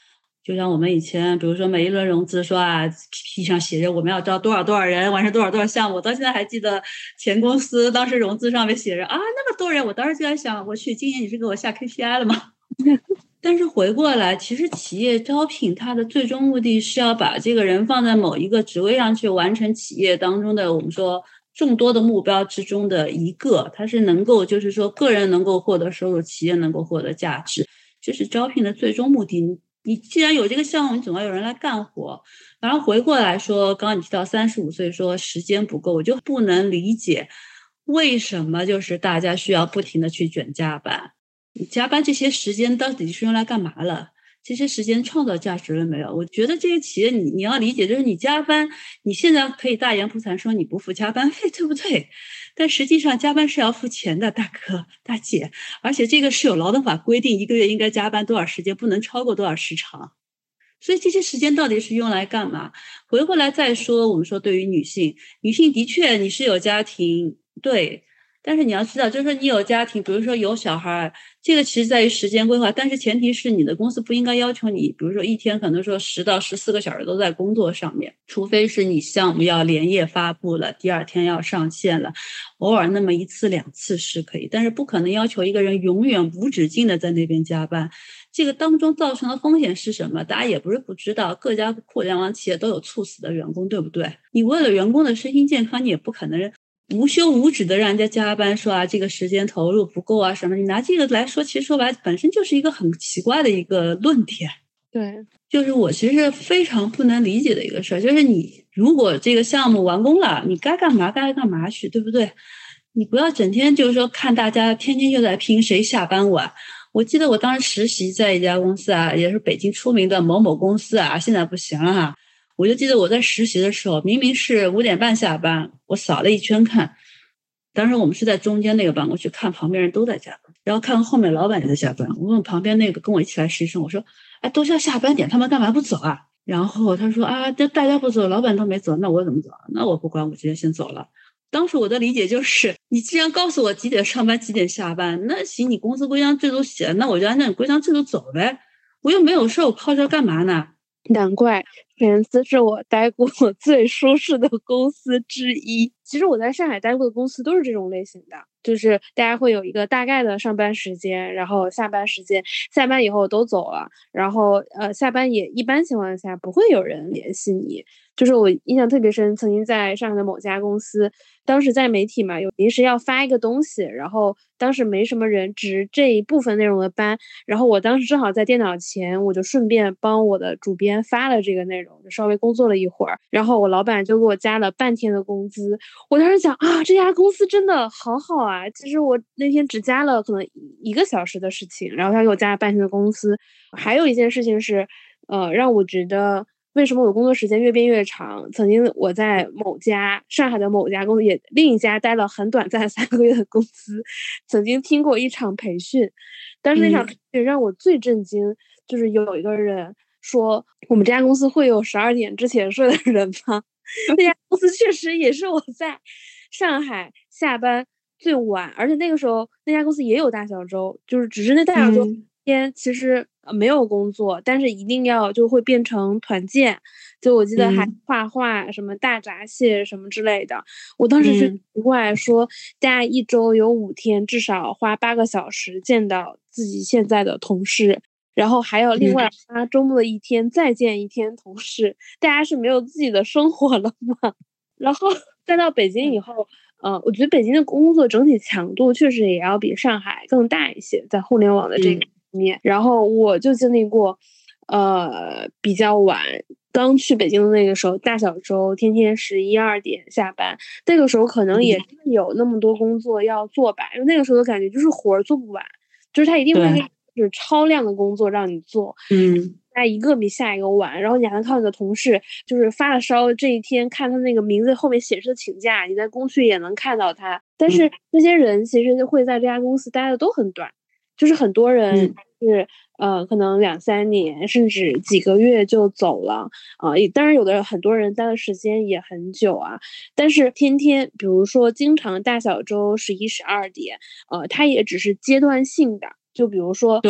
就像我们以前，比如说每一轮融资说啊，PPT 上写着我们要招多少多少人，完成多少多少项目。我到现在还记得前公司当时融资上面写着啊那么多人，我当时就在想，我去，今年你是给我下 KPI 了吗？但是回过来，其实企业招聘它的最终目的是要把这个人放在某一个职位上去完成企业当中的我们说众多的目标之中的一个，它是能够就是说个人能够获得收入，企业能够获得价值，这是招聘的最终目的。你既然有这个项目，你总要有人来干活。然后回过来说，刚刚你提到35岁说时间不够，我就不能理解为什么就是大家需要不停的去卷加班。你加班这些时间到底是用来干嘛了？这些时间创造价值了没有？我觉得这些企业你要理解，就是你加班，你现在可以大言不惭说你不付加班费，对不对？但实际上加班是要付钱的，大哥大姐，而且这个是有劳动法规定，一个月应该加班多少时间，不能超过多少时长。所以这些时间到底是用来干嘛？回过来再说，我们说对于女性的确你是有家庭，对。但是你要知道，就是说你有家庭，比如说有小孩，这个其实在于时间规划，但是前提是你的公司不应该要求你，比如说一天可能说10到14个小时都在工作上面，除非是你项目要连夜发布了，第二天要上线了，偶尔那么1次2次是可以，但是不可能要求一个人永远无止境的在那边加班。这个当中造成的风险是什么？大家也不是不知道，各家互联网企业都有猝死的员工，对不对？你为了员工的身心健康，你也不可能无休无止的让人家加班，说啊这个时间投入不够啊什么，你拿这个来说，其实说白本身就是一个很奇怪的一个论点。 对， 就是我其实非常不能理解的一个事儿，就是你如果这个项目完工了，你该干嘛去，对不对？你不要整天就是说看大家天天就在拼谁下班晚。我记得我当时实习在一家公司啊，也是北京出名的某某公司啊，现在不行了哈。我就记得我在实习的时候，明明是5点半下班，我扫了一圈看，当时我们是在中间那个办公区，看旁边人都在加班，然后看后面老板也在加班。我问旁边那个跟我一起来实习生，我说：“哎，都是要下班点，他们干嘛不走啊？”然后他说：“啊，这大家不走，老板都没走，那我怎么走？那我不管，我今天先走了。”当时我的理解就是，你既然告诉我几点上班几点下班，那行，你公司规章制度写，那我就按照你规章制度走呗。我又没有事，我靠这干嘛呢？ 难怪前司是我待过最舒适的公司之一。其实我在上海待过的公司都是这种类型的，就是大家会有一个大概的上班时间，然后下班时间，下班以后都走了，然后下班也一般情况下不会有人联系你。就是我印象特别深，曾经在上海的某家公司，当时在媒体嘛，有临时要发一个东西，然后当时没什么人值这一部分内容的班，然后我当时正好在电脑前，我就顺便帮我的主编发了这个内容，就稍微工作了一会儿，然后我老板就给我加了半天的工资。我当时想啊，这家公司真的好好啊，其实我那天只加了可能1个小时的事情，然后他给我加了半天的工资。还有一件事情是让我觉得为什么我的工作时间越变越长。曾经我在上海的某家公司，也另一家待了很短暂3个月的公司，曾经听过一场培训。但是那场培训让我最震惊，就是有一个人说，我们这家公司会有12点之前睡的人吗？那家公司确实也是我在上海下班最晚，而且那个时候那家公司也有大小周，就是只是那大小周天其实没有工作，但是一定要就会变成团建，就我记得还画画什么大闸蟹什么之类的。我当时就奇怪说，大家一周有5天，至少花8个小时见到自己现在的同事，然后还要另外花周末的1天再见1天同事，大家是没有自己的生活了吗？然后再到北京以后，我觉得北京的工作整体强度确实也要比上海更大一些，在互联网的这个方面。然后我就经历过，比较晚，刚去北京的那个时候，大小周天天11、12点下班，那个时候可能也有那么多工作要做吧，因为那个时候的感觉就是活儿做不完，就是他一定会就是超量的工作让你做，他一个比下一个晚，然后你还能看到你的同事就是发了烧这一天，看他那个名字后面显示的请假，你在工区也能看到他。但是这些人其实会在这家公司待的都很短，就是很多人是可能2、3年甚至几个月就走了当然有的很多人待的时间也很久啊，但是天天比如说经常大小周11、12点他也只是阶段性的，就比如说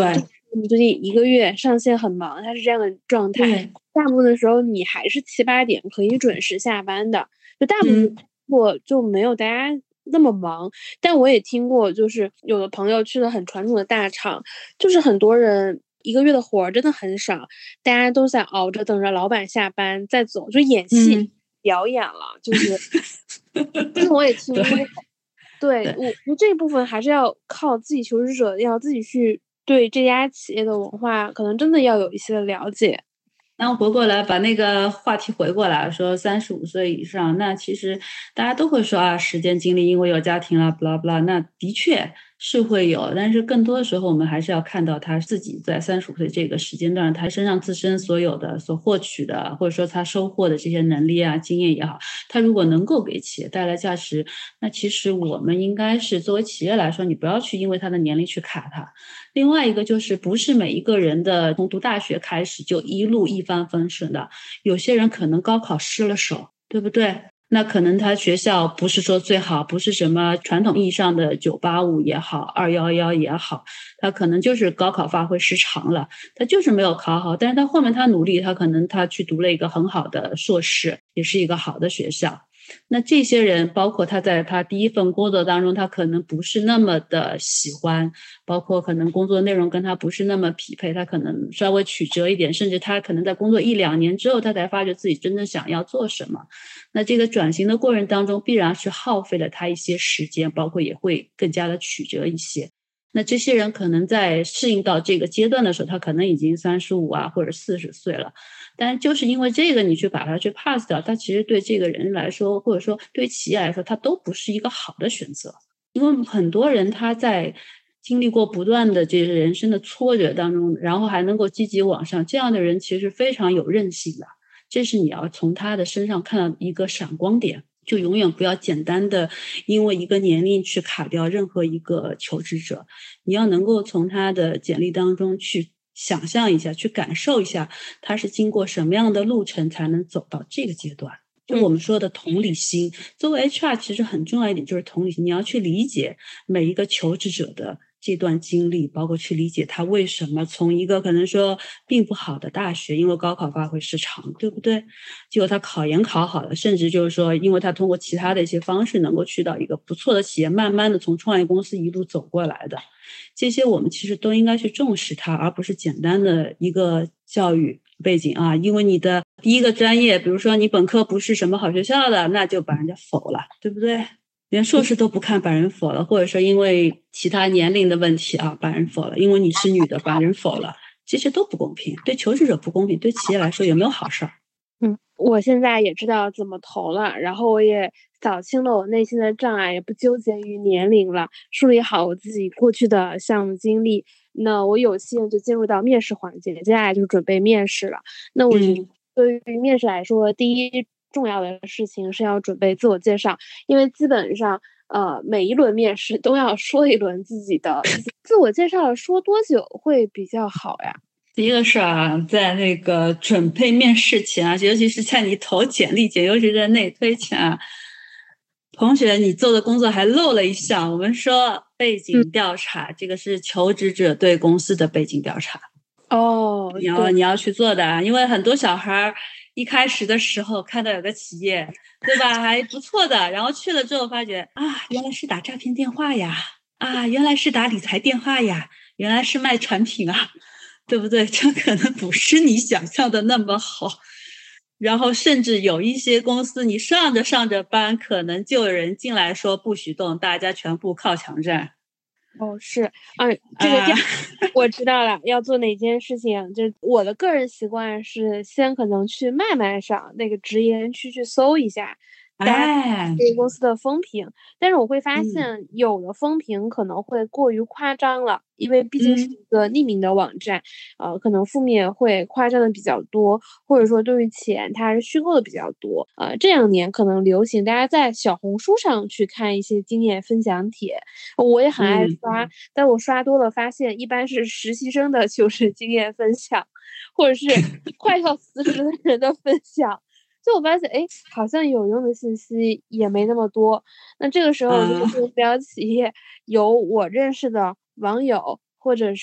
你最近1个月上线很忙，它是这样的状态。大部分的时候你还是7、8点可以准时下班的，就大部分我就没有大家那么忙。但我也听过，就是有的朋友去了很传统的大厂，就是很多人1个月的活儿真的很少，大家都在熬着等着老板下班再走，就演戏、表演了，就是我也听过。对，我觉得这一部分还是要靠自己求职者要自己去对这家企业的文化可能真的要有一些的了解。 那回过来把那个话题回过来说35岁以上，那其实大家都会说啊，时间精力因为有家庭了 blah blah， 那的确是会有，但是更多的时候我们还是要看到他自己在35岁这个时间段他身上自身所有的所获取的，或者说他收获的这些能力啊经验也好，他如果能够给企业带来价值，那其实我们应该是作为企业来说，你不要去因为他的年龄去卡他。另外一个就是不是每一个人的从读大学开始就一路一帆风顺的，有些人可能高考失了手，对不对？那可能他学校不是说最好，不是什么传统意义上的985也好，211也好，他可能就是高考发挥失常了，他就是没有考好，但是他后面他努力，他可能他去读了一个很好的硕士，也是一个好的学校。那这些人包括他在他第一份工作当中，他可能不是那么的喜欢，包括可能工作内容跟他不是那么匹配，他可能稍微曲折一点，甚至他可能在工作1、2年之后，他才发觉自己真正想要做什么。那这个转型的过程当中必然是耗费了他一些时间，包括也会更加的曲折一些。那这些人可能在适应到这个阶段的时候，他可能已经35啊或者40岁了，但就是因为这个你去把它去 pass 掉，他其实对这个人来说，或者说对企业来说，他都不是一个好的选择。因为很多人他在经历过不断的这个人生的挫折当中，然后还能够积极往上，这样的人其实非常有韧性的，这是你要从他的身上看到一个闪光点。就永远不要简单的因为一个年龄去卡掉任何一个求职者，你要能够从他的简历当中去想象一下，去感受一下他是经过什么样的路程才能走到这个阶段。就我们说的同理心，作为 HR 其实很重要一点就是同理心，你要去理解每一个求职者的这段经历，包括去理解他为什么从一个可能说并不好的大学，因为高考发挥失常，对不对？结果他考研考好了，甚至就是说因为他通过其他的一些方式能够去到一个不错的企业，慢慢的从创业公司一路走过来的，这些我们其实都应该去重视它，而不是简单的一个教育背景啊，因为你的第一个专业，比如说你本科不是什么好学校的，那就把人家否了，对不对？连硕士都不看把人否了，或者说因为其他年龄的问题啊把人否了，因为你是女的把人否了，这些都不公平，对求职者不公平，对企业来说有没有好事儿？ 我现在也知道怎么投了，然后我也扫清了我内心的障碍，也不纠结于年龄了，梳理好我自己过去的项目经历。那我有幸就进入到面试环节，接下来就准备面试了。那我觉得对于面试来说，第一重要的事情是要准备自我介绍，因为基本上每一轮面试都要说一轮自己的自我介绍，说多久会比较好呀？ 第一个是啊，在那个准备面试前啊，尤其是在你投简历前，尤其是在内推前啊，同学你做的工作还漏了一项，我们说背景调查，这个是求职者对公司的背景调查。 哦， 你要去做的，因为很多小孩一开始的时候看到有个企业，对吧，还不错的，然后去了之后发觉啊，原来是打诈骗电话呀，啊，原来是打理财电话呀，原来是卖产品啊，对不对？这可能不是你想象的那么好。然后甚至有一些公司，你上着班，可能就有人进来说不许动，大家全部靠墙站。 哦，是，这个我知道了，要做哪件事情，就我的个人习惯是先可能去麦麦上那个直言区去搜一下大家这个公司的风评，但是我会发现有的风评可能会过于夸张了，因为毕竟是一个匿名的网站，可能负面会夸张的比较多，或者说对于钱它是虚构的比较多。这2年可能流行大家在小红书上去看一些经验分享帖，我也很爱刷，但我刷多了发现一般是实习生的求职经验分享，或者是快要辞职的人的分享。就我发现，好像有用的信息也没那么多。那这个时候，如果目标企业有我认识的网友或者是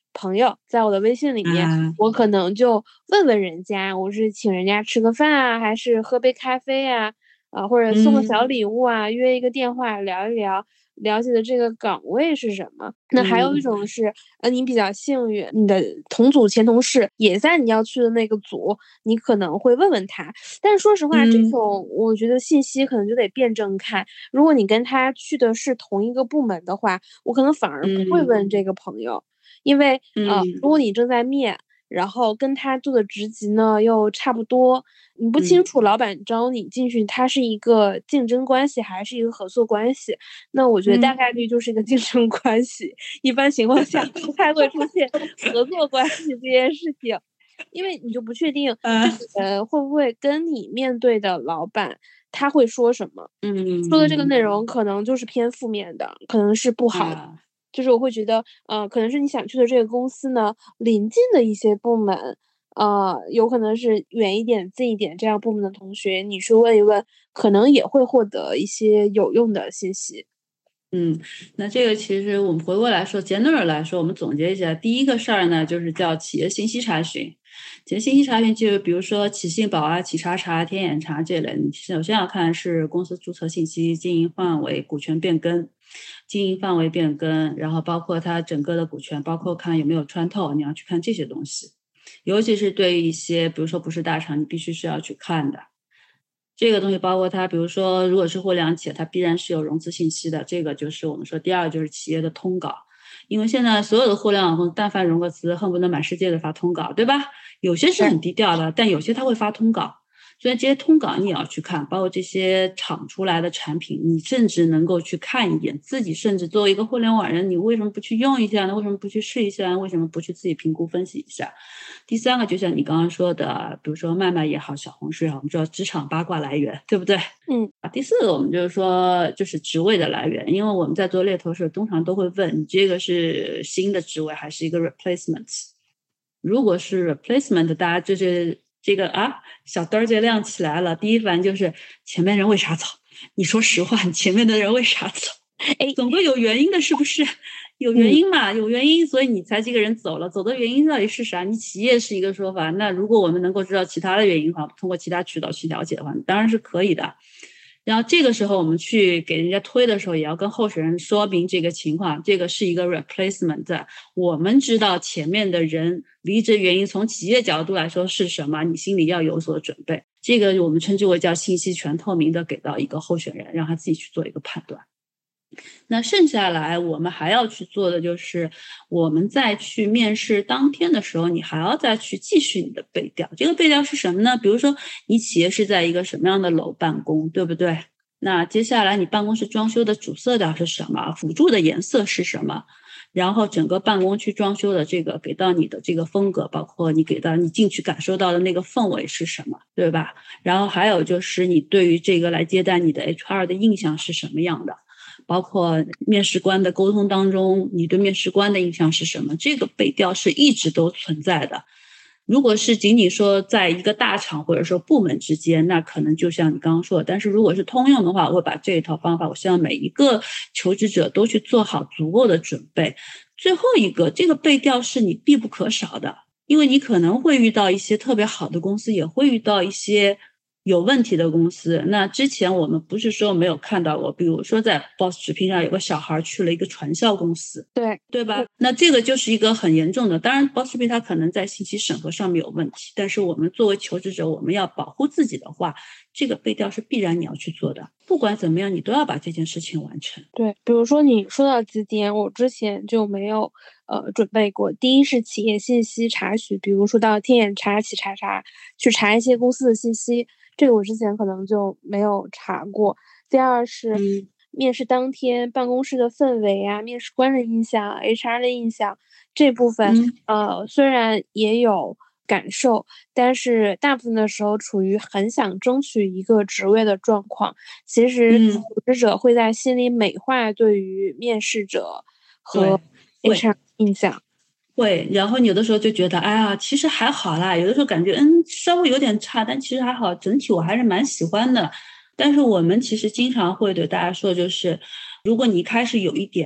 朋友，在我的微信里面，我可能就问问人家，我是请人家吃个饭啊，还是喝杯咖啡啊，或者送个小礼物啊，约一个电话聊一聊，了解的这个岗位是什么。那还有一种是，你比较幸运，你的同组前同事也在你要去的那个组，你可能会问问他。但是说实话，这种我觉得信息可能就得辩证看。如果你跟他去的是同一个部门的话，我可能反而不会问这个朋友，因为如果你正在面，然后跟他做的职级呢又差不多，你不清楚老板招你进去，他是一个竞争关系还是一个合作关系，那我觉得大概率就是一个竞争关系，一般情况下不太会出现合作关系这件事情，因为你就不确定这个人会不会跟你面对的老板他会说什么，说的这个内容可能就是偏负面的，可能是不好的。就是我会觉得，可能是你想去的这个公司呢，临近的一些部门，有可能是远一点、近一点这样部门的同学，你去问一问，可能也会获得一些有用的信息。 那这个其实我们回过来说 ，general 来说，我们总结一下，第一个事儿呢，就是叫企业信息查询。企业信息查询就比如说企信宝啊、企查查、天眼查这类，你首先要看是公司注册信息、经营范围、股权变更。经营范围变更，然后包括它整个的股权，包括看有没有穿透，你要去看这些东西。尤其是对于一些比如说不是大厂，你必须是要去看的。这个东西包括它，比如说如果是互联网企业，它必然是有融资信息的，这个就是我们说第二就是企业的通稿。因为现在所有的互联网公司但凡融个资，恨不得满世界的发通稿，对吧？有些是很低调的，但有些它会发通稿。所以这些通稿你也要去看，包括这些厂出来的产品，你甚至能够去看一眼，自己甚至作为一个互联网人，你为什么不去用一下呢？为什么不去试一下？为什么不去自己评估分析一下？第三个就像你刚刚说的，比如说麦麦也好，小红书也好，我们知道职场八卦来源，对不对？第四个我们就是说就是职位的来源，因为我们在做猎头时通常都会问你这个是新的职位还是一个 replacement。如果是 replacement， 大家就是这个小灯就亮起来了。第一反应就是前面人为啥走？你说实话，你前面的人为啥走？总归有原因的，是不是？有原因嘛？有原因，所以你才这个人走了。走的原因到底是啥？你企业是一个说法，那如果我们能够知道其他的原因的话，通过其他渠道去了解的话，当然是可以的。然后这个时候我们去给人家推的时候，也要跟候选人说明这个情况，这个是一个 replacement。我们知道前面的人离职原因，从企业角度来说是什么，你心里要有所准备。这个我们称之为叫信息全透明的给到一个候选人，让他自己去做一个判断。那剩下来我们还要去做的就是我们在去面试当天的时候，你还要再去继续你的背调。这个背调是什么呢？比如说你企业是在一个什么样的楼办公，对不对？那接下来你办公室装修的主色调是什么？辅助的颜色是什么？然后整个办公区装修的这个给到你的这个风格，包括你给到你进去感受到的那个氛围是什么，对吧？然后还有就是你对于这个来接待你的 HR 的印象是什么样的？包括面试官的沟通当中，你对面试官的印象是什么？这个背调是一直都存在的。如果是仅仅说在一个大厂或者说部门之间，那可能就像你刚刚说的，但是如果是通用的话，我会把这一套方法，我希望每一个求职者都去做好足够的准备。最后一个，这个背调是你必不可少的，因为你可能会遇到一些特别好的公司，也会遇到一些有问题的公司。那之前我们不是说没有看到过，比如说在 Boss 直聘上有个小孩去了一个传销公司，对吧？那这个就是一个很严重的。当然 Boss 直聘它可能在信息审核上面有问题，但是我们作为求职者，我们要保护自己的话，这个背调是必然你要去做的。不管怎么样，你都要把这件事情完成。 对，比如说你说到几点，我之前就没有准备过。第一是企业信息查询，比如说到天眼查、企查查，去查一些公司的信息，这个我之前可能就没有查过。第二是面试当天办公室的氛围啊，面试官的印象、HR 的印象这部分，虽然也有感受，但是大部分的时候处于很想争取一个职位的状况。其实求职者会在心里美化对于面试者和 HR 印象。 会，然后有的时候就觉得，哎呀，其实还好啦。有的时候感觉，稍微有点差，但其实还好，整体我还是蛮喜欢的。但是我们其实经常会对大家说，就是如果你一开始有一点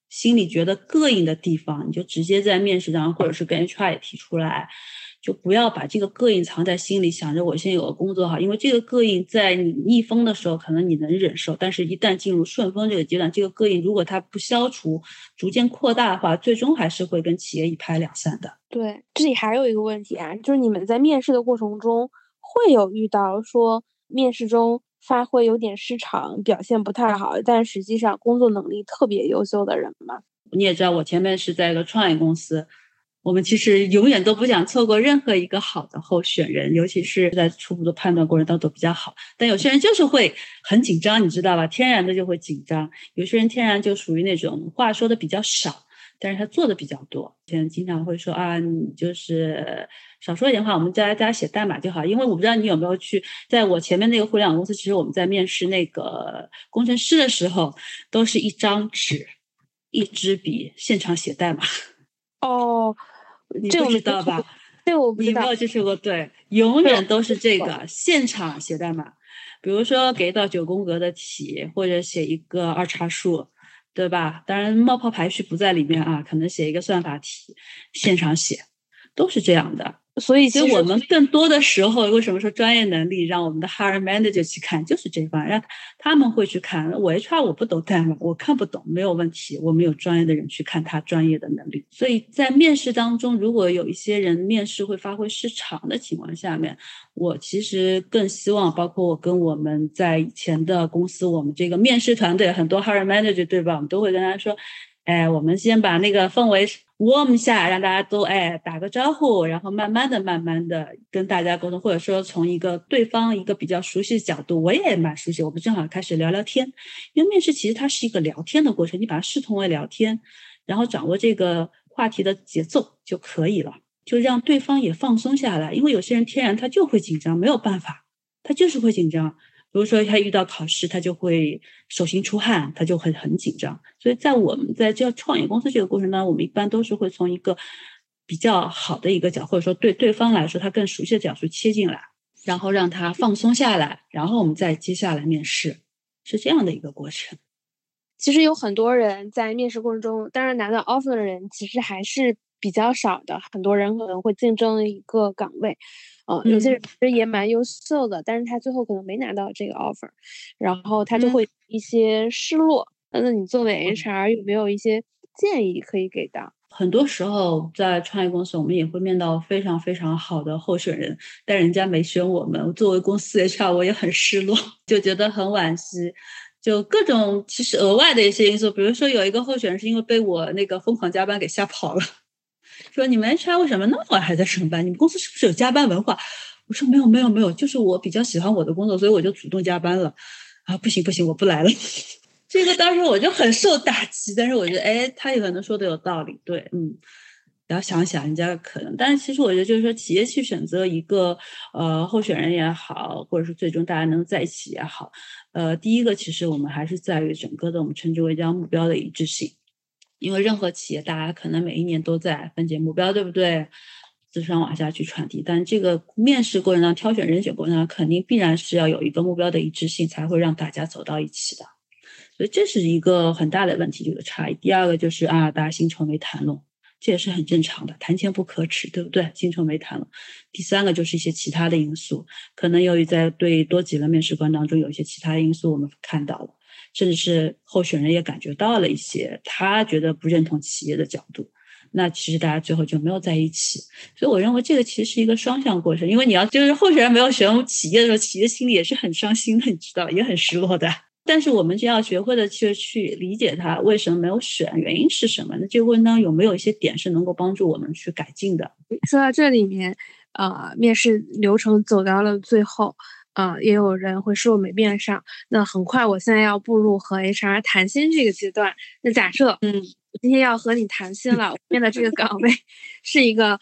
心里觉得膈应的地方，你就直接在面试上或者是跟 HR 也提出来，就不要把这个膈应藏在心里，想着我先有个工作好，因为这个膈应在你逆风的时候可能你能忍受，但是一旦进入顺风这个阶段，这个膈应如果它不消除，逐渐扩大的话，最终还是会跟企业一拍两散的。 对，这里还有一个问题啊，就是你们在面试的过程中会有遇到说面试中发挥有点失常，表现不太好，但实际上工作能力特别优秀的人吗？ 你也知道我前面是在一个创业公司，我们其实永远都不想错过任何一个好的候选人，尤其是在初步的判断过程当中都比较好。但有些人就是会很紧张，你知道吧？天然的就会紧张。有些人天然就属于那种话说的比较少，但是他做的比较多。现在经常会说啊，你就是少说一点话，我们在家写代码就好。因为我不知道你有没有去，在我前面那个互联网公司，其实我们在面试那个工程师的时候，都是一张纸、一支笔，现场写代码。 哦， 你不知道吧？ 这个我不知道。 你没有接触过，对，永远都是这个现场写代码。比如说给到9宫格的题，或者写一个二叉树，对吧？当然冒泡排序不在里面啊，可能写一个算法题，现场写，都是这样的。 所以其实我们更多的时候，为什么说专业能力让我们的 hiring manager 去看，就是这方面，让他们会去看。我 HR 我不懂代码，我看不懂，没有问题，我们有专业的人去看他专业的能力。所以在面试当中，如果有一些人面试会发挥失常的情况下面，我其实更希望，包括我跟我们在以前的公司，我们这个面试团队很多 hiring manager 对吧，我们都会跟他说，我们先把那个氛围warm 下，让大家都打个招呼，然后慢慢的跟大家沟通，或者说从一个对方一个比较熟悉的角度，我也蛮熟悉，我们正好开始聊聊天。因为面试其实它是一个聊天的过程，你把它视同为聊天，然后掌握这个话题的节奏就可以了，就让对方也放松下来。因为有些人天然他就会紧张，没有办法，他就是会紧张。比如说他遇到考试，他就会手心出汗，他就很紧张。所以在我们在这创业公司这个过程当中，我们一般都是会从一个比较好的一个角，或者说对对方来说他更熟悉的角度切进来，然后让他放松下来，然后我们再接下来面试，是这样的一个过程。 其实有很多人在面试过程中，当然拿到 offer 的人其实还是比较少的，很多人可能会竞争一个岗位。有些人其实也蛮优秀的，但是他最后可能没拿到这个 offer，然后他就会一些失落。那你作为 HR 有没有一些建议可以给到？ 很多时候在创业公司，我们也会面到非常非常好的候选人，但人家没选我们。作为公司 HR，我也很失落，就觉得很惋惜。就各种其实额外的一些因素，比如说有一个候选人是因为被我那个疯狂加班给吓跑了。说你们 HR 为什么那么晚还在上班？你们公司是不是有加班文化？我说没有，就是我比较喜欢我的工作，所以我就主动加班了。啊，不行，我不来了。这个当时我就很受打击，但是我觉得，他也可能说的有道理，对，要想想人家可能，但是其实我觉得就是说，企业去选择一个候选人也好，或者是最终大家能在一起也好，第一个其实我们还是在于整个的我们称之为叫目标的一致性。因为任何企业大家可能每一年都在分解目标，对不对？自上往下去传递，但这个面试过程当中挑选人选过程当中肯定必然是要有一个目标的一致性，才会让大家走到一起的。所以这是一个很大的问题，这个差异。第二个就是大家薪酬没谈拢，这也是很正常的，谈钱不可耻，对不对？薪酬没谈拢。第三个就是一些其他的因素，可能由于在对多几轮面试官当中有一些其他因素我们看到了，甚至是候选人也感觉到了一些他觉得不认同企业的角度，那其实大家最后就没有在一起。所以我认为这个其实是一个双向过程，因为你要就是候选人没有选企业的时候，企业心里也是很伤心的，你知道，也很失落的。但是我们就要学会的去理解他为什么没有选，原因是什么。那这个过程当中有没有一些点是能够帮助我们去改进的？ 说到这里面，面试流程走到了最后，也有人会说没面上。那很快，我现在要步入和 HR 谈薪这个阶段。那假设，我今天要和你谈薪了，我面的这个岗位是一个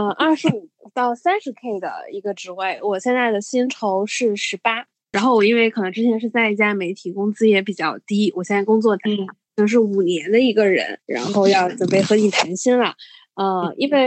25到30K 的一个职位，我现在的薪酬是18。然后我因为可能之前是在一家媒体，工资也比较低，我现在工作就是5年的一个人，然后要准备和你谈薪了，因为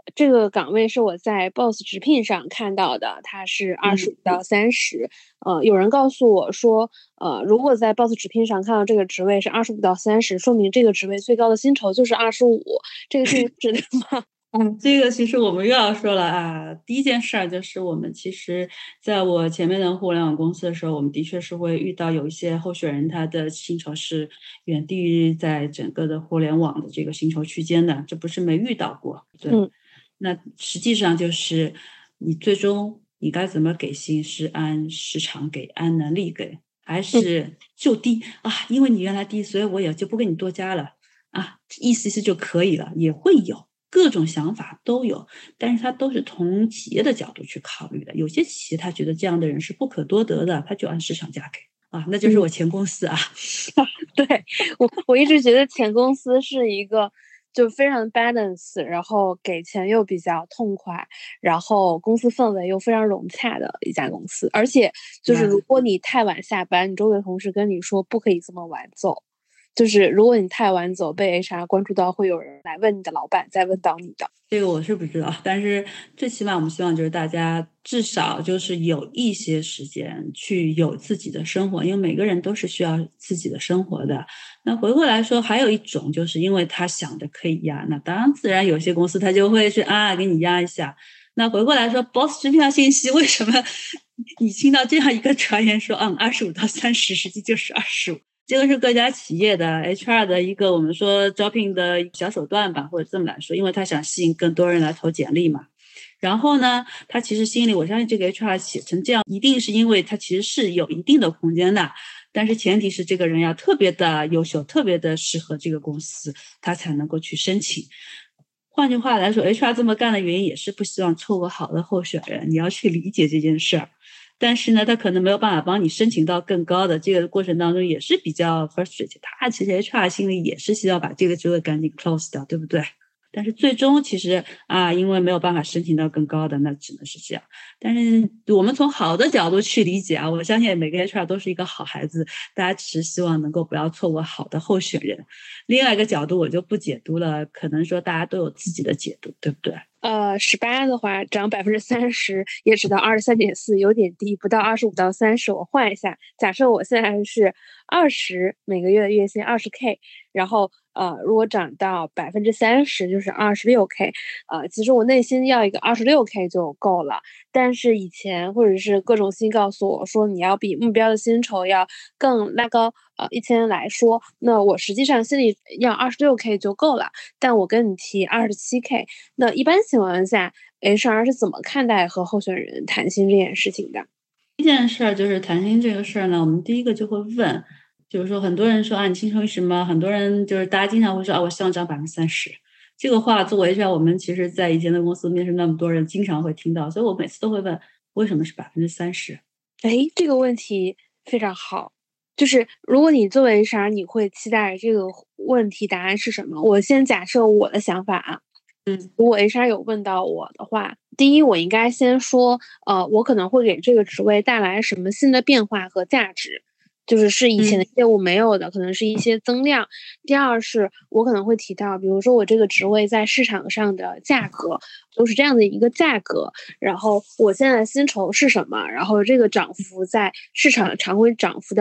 这个岗位是我在 Boss 直聘上看到的，它是25到30。有人告诉我说，如果在 Boss 直聘上看到这个职位是25到30，说明这个职位最高的薪酬就是25，这个信息是对的吗？ 这个其实我们又要说了啊。第一件事儿就是我们其实在我前面的互联网公司的时候，我们的确是会遇到有一些候选人他的薪酬是远低于在整个的互联网的这个薪酬区间的，这不是没遇到过。对，那实际上就是你最终你该怎么给薪，是按市场给，按能力给，还是就低啊？因为你原来低，所以我也就不给你多加了啊，意思就可以了，也会有。各种想法都有，但是他都是从企业的角度去考虑的。有些企业他觉得这样的人是不可多得的，他就按市场价给啊，那就是我前公司啊。 对，我一直觉得前公司是一个就非常 balance，然后给钱又比较痛快，然后公司氛围又非常融洽的一家公司。而且就是如果你太晚下班，你周围同事跟你说不可以这么晚走。就是如果你太晚走，被 HR 关注到，会有人来问你的老板，再问到你的。 这个我是不知道，但是最起码我们希望就是大家至少就是有一些时间去有自己的生活，因为每个人都是需要自己的生活的。那回过来说，还有一种就是因为他想着可以压，那当然自然有些公司他就会是给你压一下。那回过来说 ，Boss 直聘的信息为什么你听到这样一个传言说25到30，实际就是25。这个是各家企业的 HR 的一个我们说招聘的小手段吧，或者这么来说，因为他想吸引更多人来投简历嘛。然后呢，他其实心里，我相信这个 HR 写成这样，一定是因为他其实是有一定的空间的，但是前提是这个人要特别的优秀，特别的适合这个公司，他才能够去申请。换句话来说 ，HR 这么干的原因也是不希望错过好的候选人，你要去理解这件事儿。但是呢，他可能没有办法帮你申请到更高的，这个过程当中也是比较 frustrated。他其实 HR 心里也是希望把这个职位赶紧 close 掉，对不对？但是最终其实因为没有办法申请到更高的，那只能是这样。但是我们从好的角度去理解我相信每个 HR 都是一个好孩子，大家只是希望能够不要错过好的候选人。另外一个角度我就不解读了，可能说大家都有自己的解读，对不对 ？18的话涨30%，也只到23.4，有点低，不到25到30。我换一下，假设我现在是20，每个月的月薪20K，然后如果涨到30%，就是26K。其实我内心要一个26K 就够了，但是以前或者是各种信告诉我说你要比目标的薪酬要更拉高1000来说，那我实际上心里要26K 就够了，但我跟你提27K，那一般情况下 HR 是怎么看待和候选人谈薪这件事情的？ 一件事儿就是谈薪这个事儿呢，我们第一个就会问，就是说很多人说你薪酬什么？很多人就是大家经常会说我希望涨30%。这个话作为像我们其实在以前的公司面试那么多人，经常会听到，所以我每次都会问为什么是30%？ 这个问题非常好。就是如果你作为 HR，你会期待这个问题答案是什么？我先假设我的想法如果 HR 有问到我的话，第一，我应该先说，我可能会给这个职位带来什么新的变化和价值，就是以前的业务没有的，可能是一些增量。第二是我可能会提到，比如说我这个职位在市场上的价格就是这样的一个价格，然后我现在的薪酬是什么，然后这个涨幅在市场常规涨幅的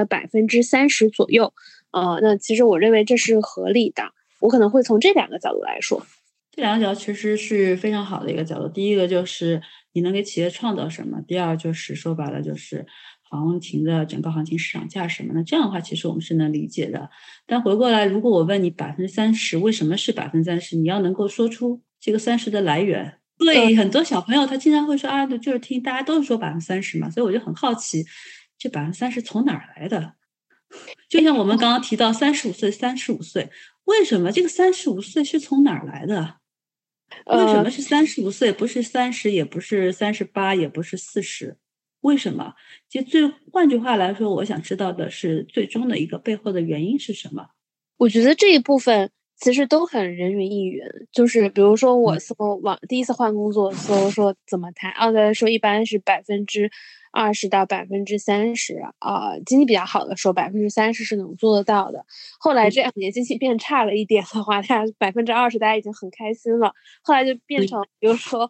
30%左右。那其实我认为这是合理的，我可能会从这两个角度来说。 这两个角度其实是非常好的一个角度。第一个就是你能给企业创造什么，第二就是说白了就是行情的整个行情市场价什么的。这样的话其实我们是能理解的。但回过来如果我问你30%为什么是30%，你要能够说出这个30的来源。对很多小朋友他经常会说就是听大家都是说30%嘛，所以我就很好奇这30%从哪儿来的。就像我们刚刚提到35岁35岁，为什么这个35岁是从哪儿来的？为什么是35岁，不是30，也不是38，也不是40？为什么？其实换句话来说，我想知道的是最终的一个背后的原因是什么？ 我觉得这一部分其实都很人云亦云。就是比如说我第一次换工作搜说怎么谈，奥德说一般是20%到30%，经济比较好的时候30%是能做得到的。后来这2年经济变差了一点的话，大家20%大家已经很开心了，后来就变成比如说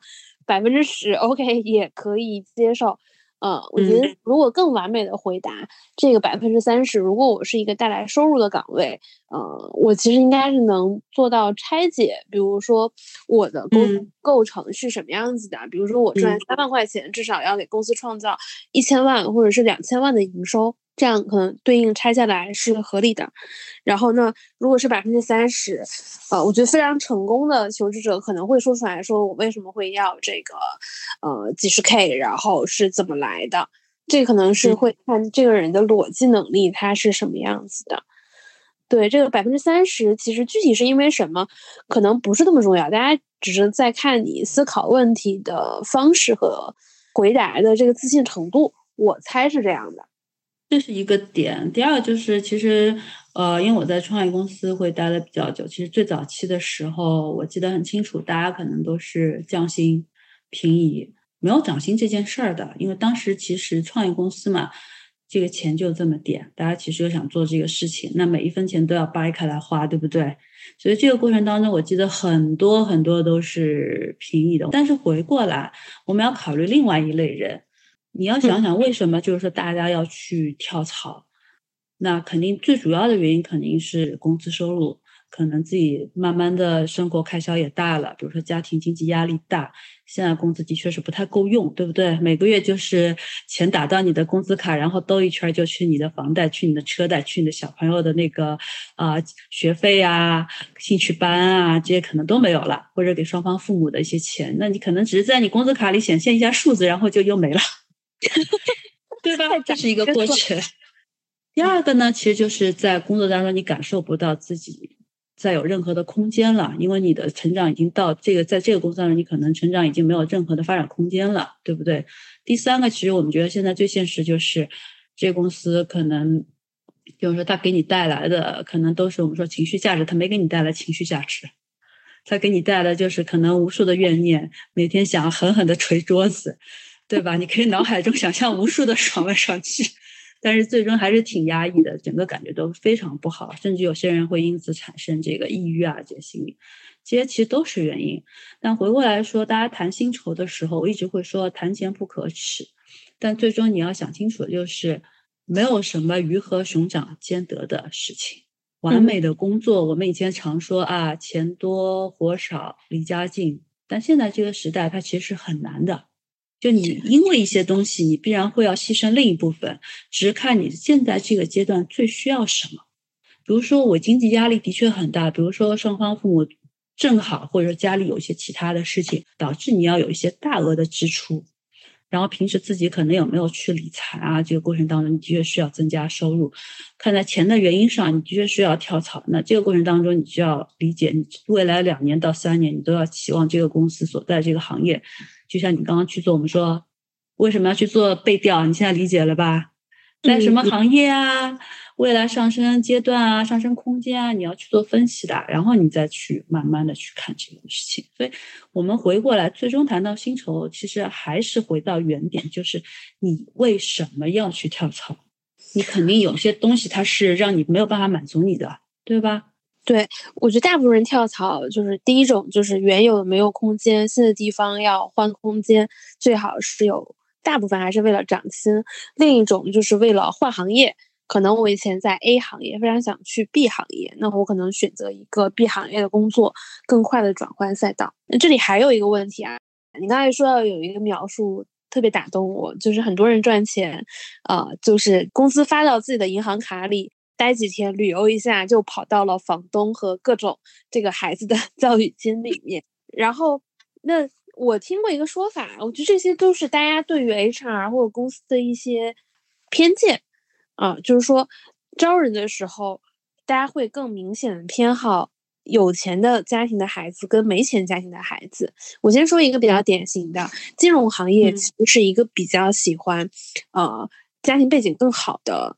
10%OK 也可以接受。我觉得如果更完美的回答这个30%，如果我是一个带来收入的岗位，我其实应该是能做到拆解，比如说我的构成是什么样子的，比如说我赚3万块钱，至少要给公司创造1000万或者是2000万的营收，这样可能对应拆下来是合理的。然后呢，如果是30%，我觉得非常成功的求职者可能会说出来说我为什么会要这个几十 K， 然后是怎么来的，这可能是会看这个人的逻辑能力他是什么样子的。对，这个30%其实具体是因为什么可能不是那么重要，大家只是在看你思考问题的方式和回答的这个自信程度，我猜是这样的。 这是一个点。第二个就是其实因为我在创业公司会待的比较久，其实最早期的时候我记得很清楚，大家可能都是降薪平移，没有涨薪这件事儿的。因为当时其实创业公司嘛，这个钱就这么点，大家其实又想做这个事情，那每一分钱都要掰开来花，对不对？所以这个过程当中我记得很多很多都是平移的。但是回过来我们要考虑另外一类人，你要想想为什么就是说大家要去跳槽。那肯定最主要的原因肯定是工资收入，可能自己慢慢的生活开销也大了，比如说家庭经济压力大，现在工资的确是不太够用，对不对？每个月就是钱打到你的工资卡，然后兜一圈就去你的房贷，去你的车贷，去你的小朋友的那个学费啊、兴趣班啊，这些可能都没有了，或者给双方父母的一些钱，那你可能只是在你工资卡里显现一下数字，然后就又没了。对吧？这是一个过程。第二个呢，其实就是在工作当中你感受不到自己再有任何的空间了，因为你的成长已经到在这个公司当中你可能成长已经没有任何的发展空间了，对不对？第三个，其实我们觉得现在最现实就是这个公司可能就是说它给你带来的可能都是我们说情绪价值，它没给你带来情绪价值，它给你带来的就是可能无数的怨念，每天想狠狠的捶桌子，对吧？你可以脑海中想象无数的爽来爽去，但是最终还是挺压抑的，整个感觉都非常不好，甚至有些人会因此产生这个抑郁啊，这些心理，这些其实都是原因。但回过来说，大家谈薪酬的时候，我一直会说谈钱不可耻，但最终你要想清楚的就是没有什么鱼和熊掌兼得的事情。完美的工作，我们以前常说啊，钱多活少离家近，但现在这个时代它其实是很难的，就你因为一些东西你必然会要牺牲另一部分，只是看你现在这个阶段最需要什么。比如说我经济压力的确很大，比如说双方父母正好或者家里有一些其他的事情导致你要有一些大额的支出，然后平时自己可能有没有去理财啊，这个过程当中你的确需要增加收入，看在钱的原因上你的确需要跳槽，那这个过程当中你就要理解你未来2年到3年你都要期望这个公司所在这个行业，就像你刚刚去做我们说为什么要去做背调，你现在理解了吧？在什么行业啊，未来上升阶段啊，上升空间啊，你要去做分析的，然后你再去慢慢的去看这个事情。所以我们回过来最终谈到薪酬，其实还是回到原点，就是你为什么要去跳槽，你肯定有些东西它是让你没有办法满足你的，对吧？ 对，我觉得大部分人跳槽就是第一种就是原有的没有空间，新的地方要换空间，最好是大部分还是为了涨薪，另一种就是为了换行业，可能我以前在 A 行业非常想去 B 行业，那我可能选择一个 B 行业的工作，更快的转换赛道。那这里还有一个问题啊，你刚才说到有一个描述特别打动我，就是很多人赚钱就是公司发到自己的银行卡里，待几天旅游一下就跑到了房东和各种这个孩子的教育金里面。然后那我听过一个说法，我觉得这些都是大家对于 HR 或者公司的一些偏见就是说招人的时候大家会更明显的偏好有钱的家庭的孩子跟没钱家庭的孩子。我先说一个比较典型的，金融行业其实是一个比较喜欢家庭背景更好的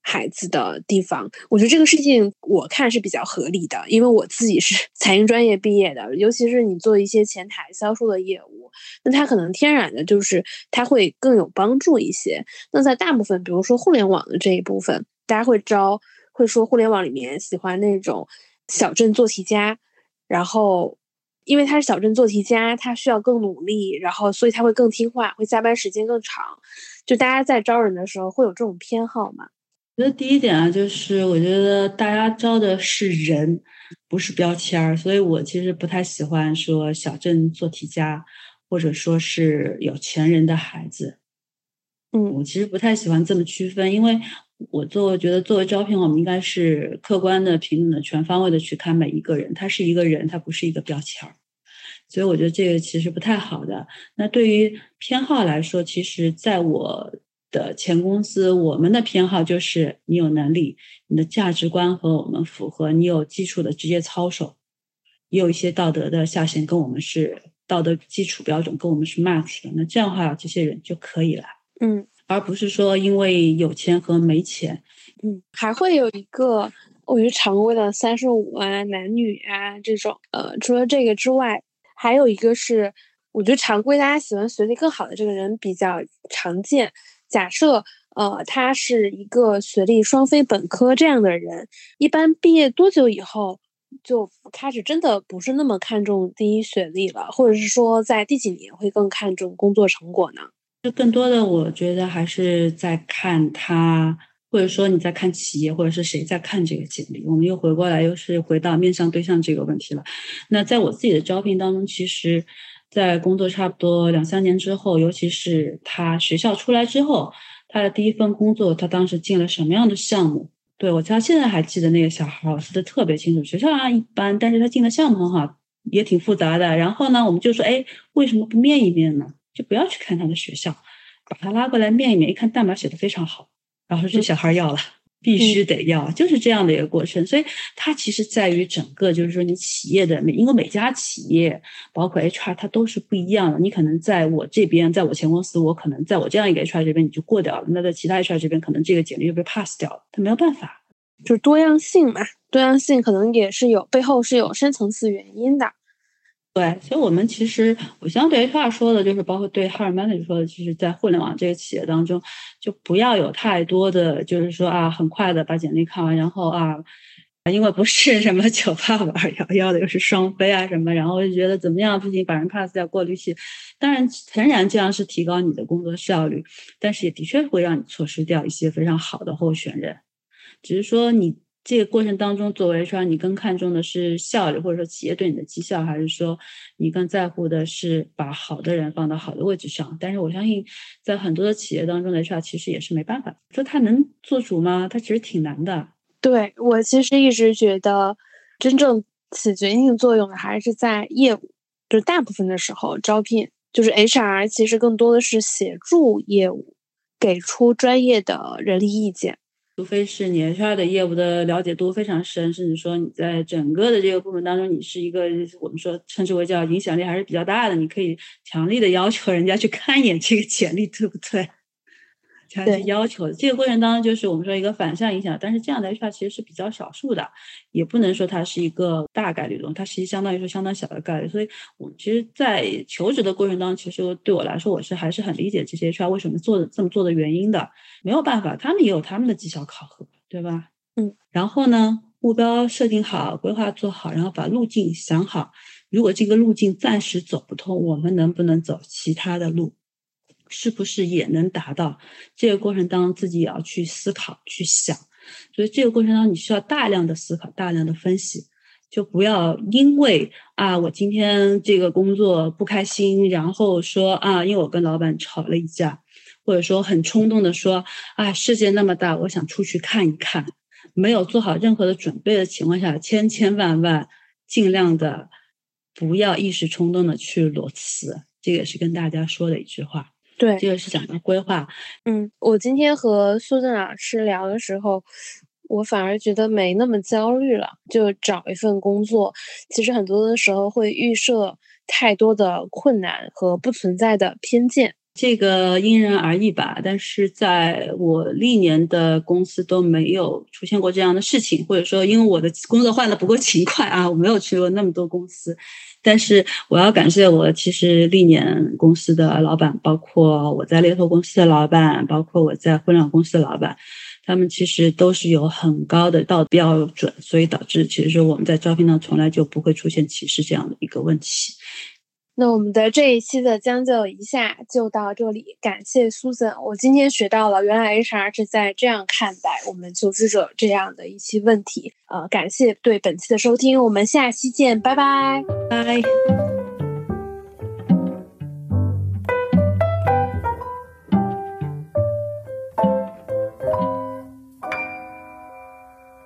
孩子的地方。我觉得这个事情我看是比较合理的，因为我自己是财经专业毕业的，尤其是你做一些前台销售的业务，那它可能天然的就是它会更有帮助一些。那在大部分比如说互联网的这一部分，大家会说互联网里面喜欢那种小镇做题家，然后因为他是小镇做题家，他需要更努力，然后所以他会更听话，会加班时间更长。就大家在招人的时候会有这种偏好吗？ 我觉得第一点啊，就是我觉得大家招的是人，不是标签儿，所以我其实不太喜欢说小镇做题家，或者说是有钱人的孩子。我其实不太喜欢这么区分，因为觉得作为招聘，我们应该是客观的、平等的、全方位的去看每一个人，他是一个人，他不是一个标签儿。所以我觉得这个其实不太好的。那对于偏好来说，其实在我的前公司，我们的偏好就是你有能力，你的价值观和我们符合，你有基础的职业操守，也有一些道德的下限跟我们是道德基础标准跟我们是 match 的，那这样的话这些人就可以了。而不是说因为有钱和没钱。 还会有一个我觉得常规的35啊、男女啊这种，除了这个之外，还有一个是我觉得常规大家喜欢学历更好的这个人比较常见。假设他是一个学历双非本科这样的人，一般毕业多久以后就开始真的不是那么看重第一学历了，或者是说在第几年会更看重工作成果呢？ 就更多的我觉得还是在看他，或者说你在看企业，或者是谁在看这个简历。我们又回过来，又是回到面向对象这个问题了。那在我自己的招聘当中，其实在工作差不多2-3年之后，尤其是他学校出来之后，他的第一份工作，他当时进了什么样的项目？对，我到现在还记得那个小孩，我记得特别清楚。学校一般，但是他进的项目很好，也挺复杂的。然后呢，我们就说，哎，为什么不面一面呢？就不要去看他的学校，把他拉过来面一面，一看代码写得非常好，然后这小孩要了，必须得要，就是这样的一个过程。所以它其实在于整个就是说你企业的因为每家企业包括 HR 它都是不一样的。你可能在我这边，在我前公司，我可能在我这样一个 HR 这边你就过掉了，那在其他 HR 这边可能这个简历就被 pass 掉了，他没有办法。 就是多样性嘛，多样性可能也是背后是有深层次原因的。 对，所以我们其实我相对 HR 说的，就是包括对 hire manager 说的，其实在互联网这个企业当中，就不要有太多的，就是说很快的把简历看完，然后因为不是什么985-211的，又是双非什么，然后就觉得怎么样不行，把人 pass 掉过滤器。当然，诚然这样是提高你的工作效率，但是也的确会让你错失掉一些非常好的候选人。只是说你这个过程当中，作为 HR，你更看重的是效率，或者说企业对你的绩效，还是说你更在乎的是把好的人放到好的位置上？但是我相信，在很多的企业当中的 HR 其实也是没办法，说他能做主吗？他其实挺难的。 对，我其实一直觉得，真正起决定作用的还是在业务，就是大部分的时候招聘，就是 HR 其实更多的是协助业务，给出专业的人力意见。 除非是你 HR 的业务的了解度非常深，甚至说你在整个的这个部门当中，你是一个我们说称之为叫影响力还是比较大的，你可以强力的要求人家去看一眼这个简历，对不对？他去要求的这个过程当中，就是我们说一个反向影响，但是这样的 HR 其实是比较少数的，也不能说它是一个大概率的，它其实相当于说相当小的概率。所以我们其实在求职的过程当中，其实对我来说，我还是很理解这些 HR 为什么这么做的原因的。没有办法，他们也有他们的绩效考核，对吧？然后呢，目标设定好，规划做好，然后把路径想好。如果这个路径暂时走不通，我们能不能走其他的路？是不是也能达到？这个过程当中自己也要去思考去想，所以这个过程当中你需要大量的思考，大量的分析，就不要因为我今天这个工作不开心，然后说因为我跟老板吵了一架，或者说很冲动的说世界那么大，我想出去看一看，没有做好任何的准备的情况下，千千万万尽量的不要一时冲动的去裸辞，这个也是跟大家说的一句话。 对， 这个是讲的规划。 我今天和苏振老师聊的时候，我反而觉得没那么焦虑了。就找一份工作，其实很多的时候会预设太多的困难和不存在的偏见。 这个因人而异吧，但是在我历年的公司都没有出现过这样的事情，或者说因为我的工作换得不够勤快啊，我没有去过那么多公司。但是我要感谢我其实历年公司的老板，包括我在猎头公司的老板，包括我在互联网公司的老板，他们其实都是有很高的道德标准，所以导致其实我们在招聘上从来就不会出现歧视这样的一个问题。 那我们的这一期的将就一下就到这里，感谢 Susan。我今天学到了，原来 HR 是在这样看待我们求职者这样的一期问题。感谢对本期的收听，我们下期见，拜拜。 拜。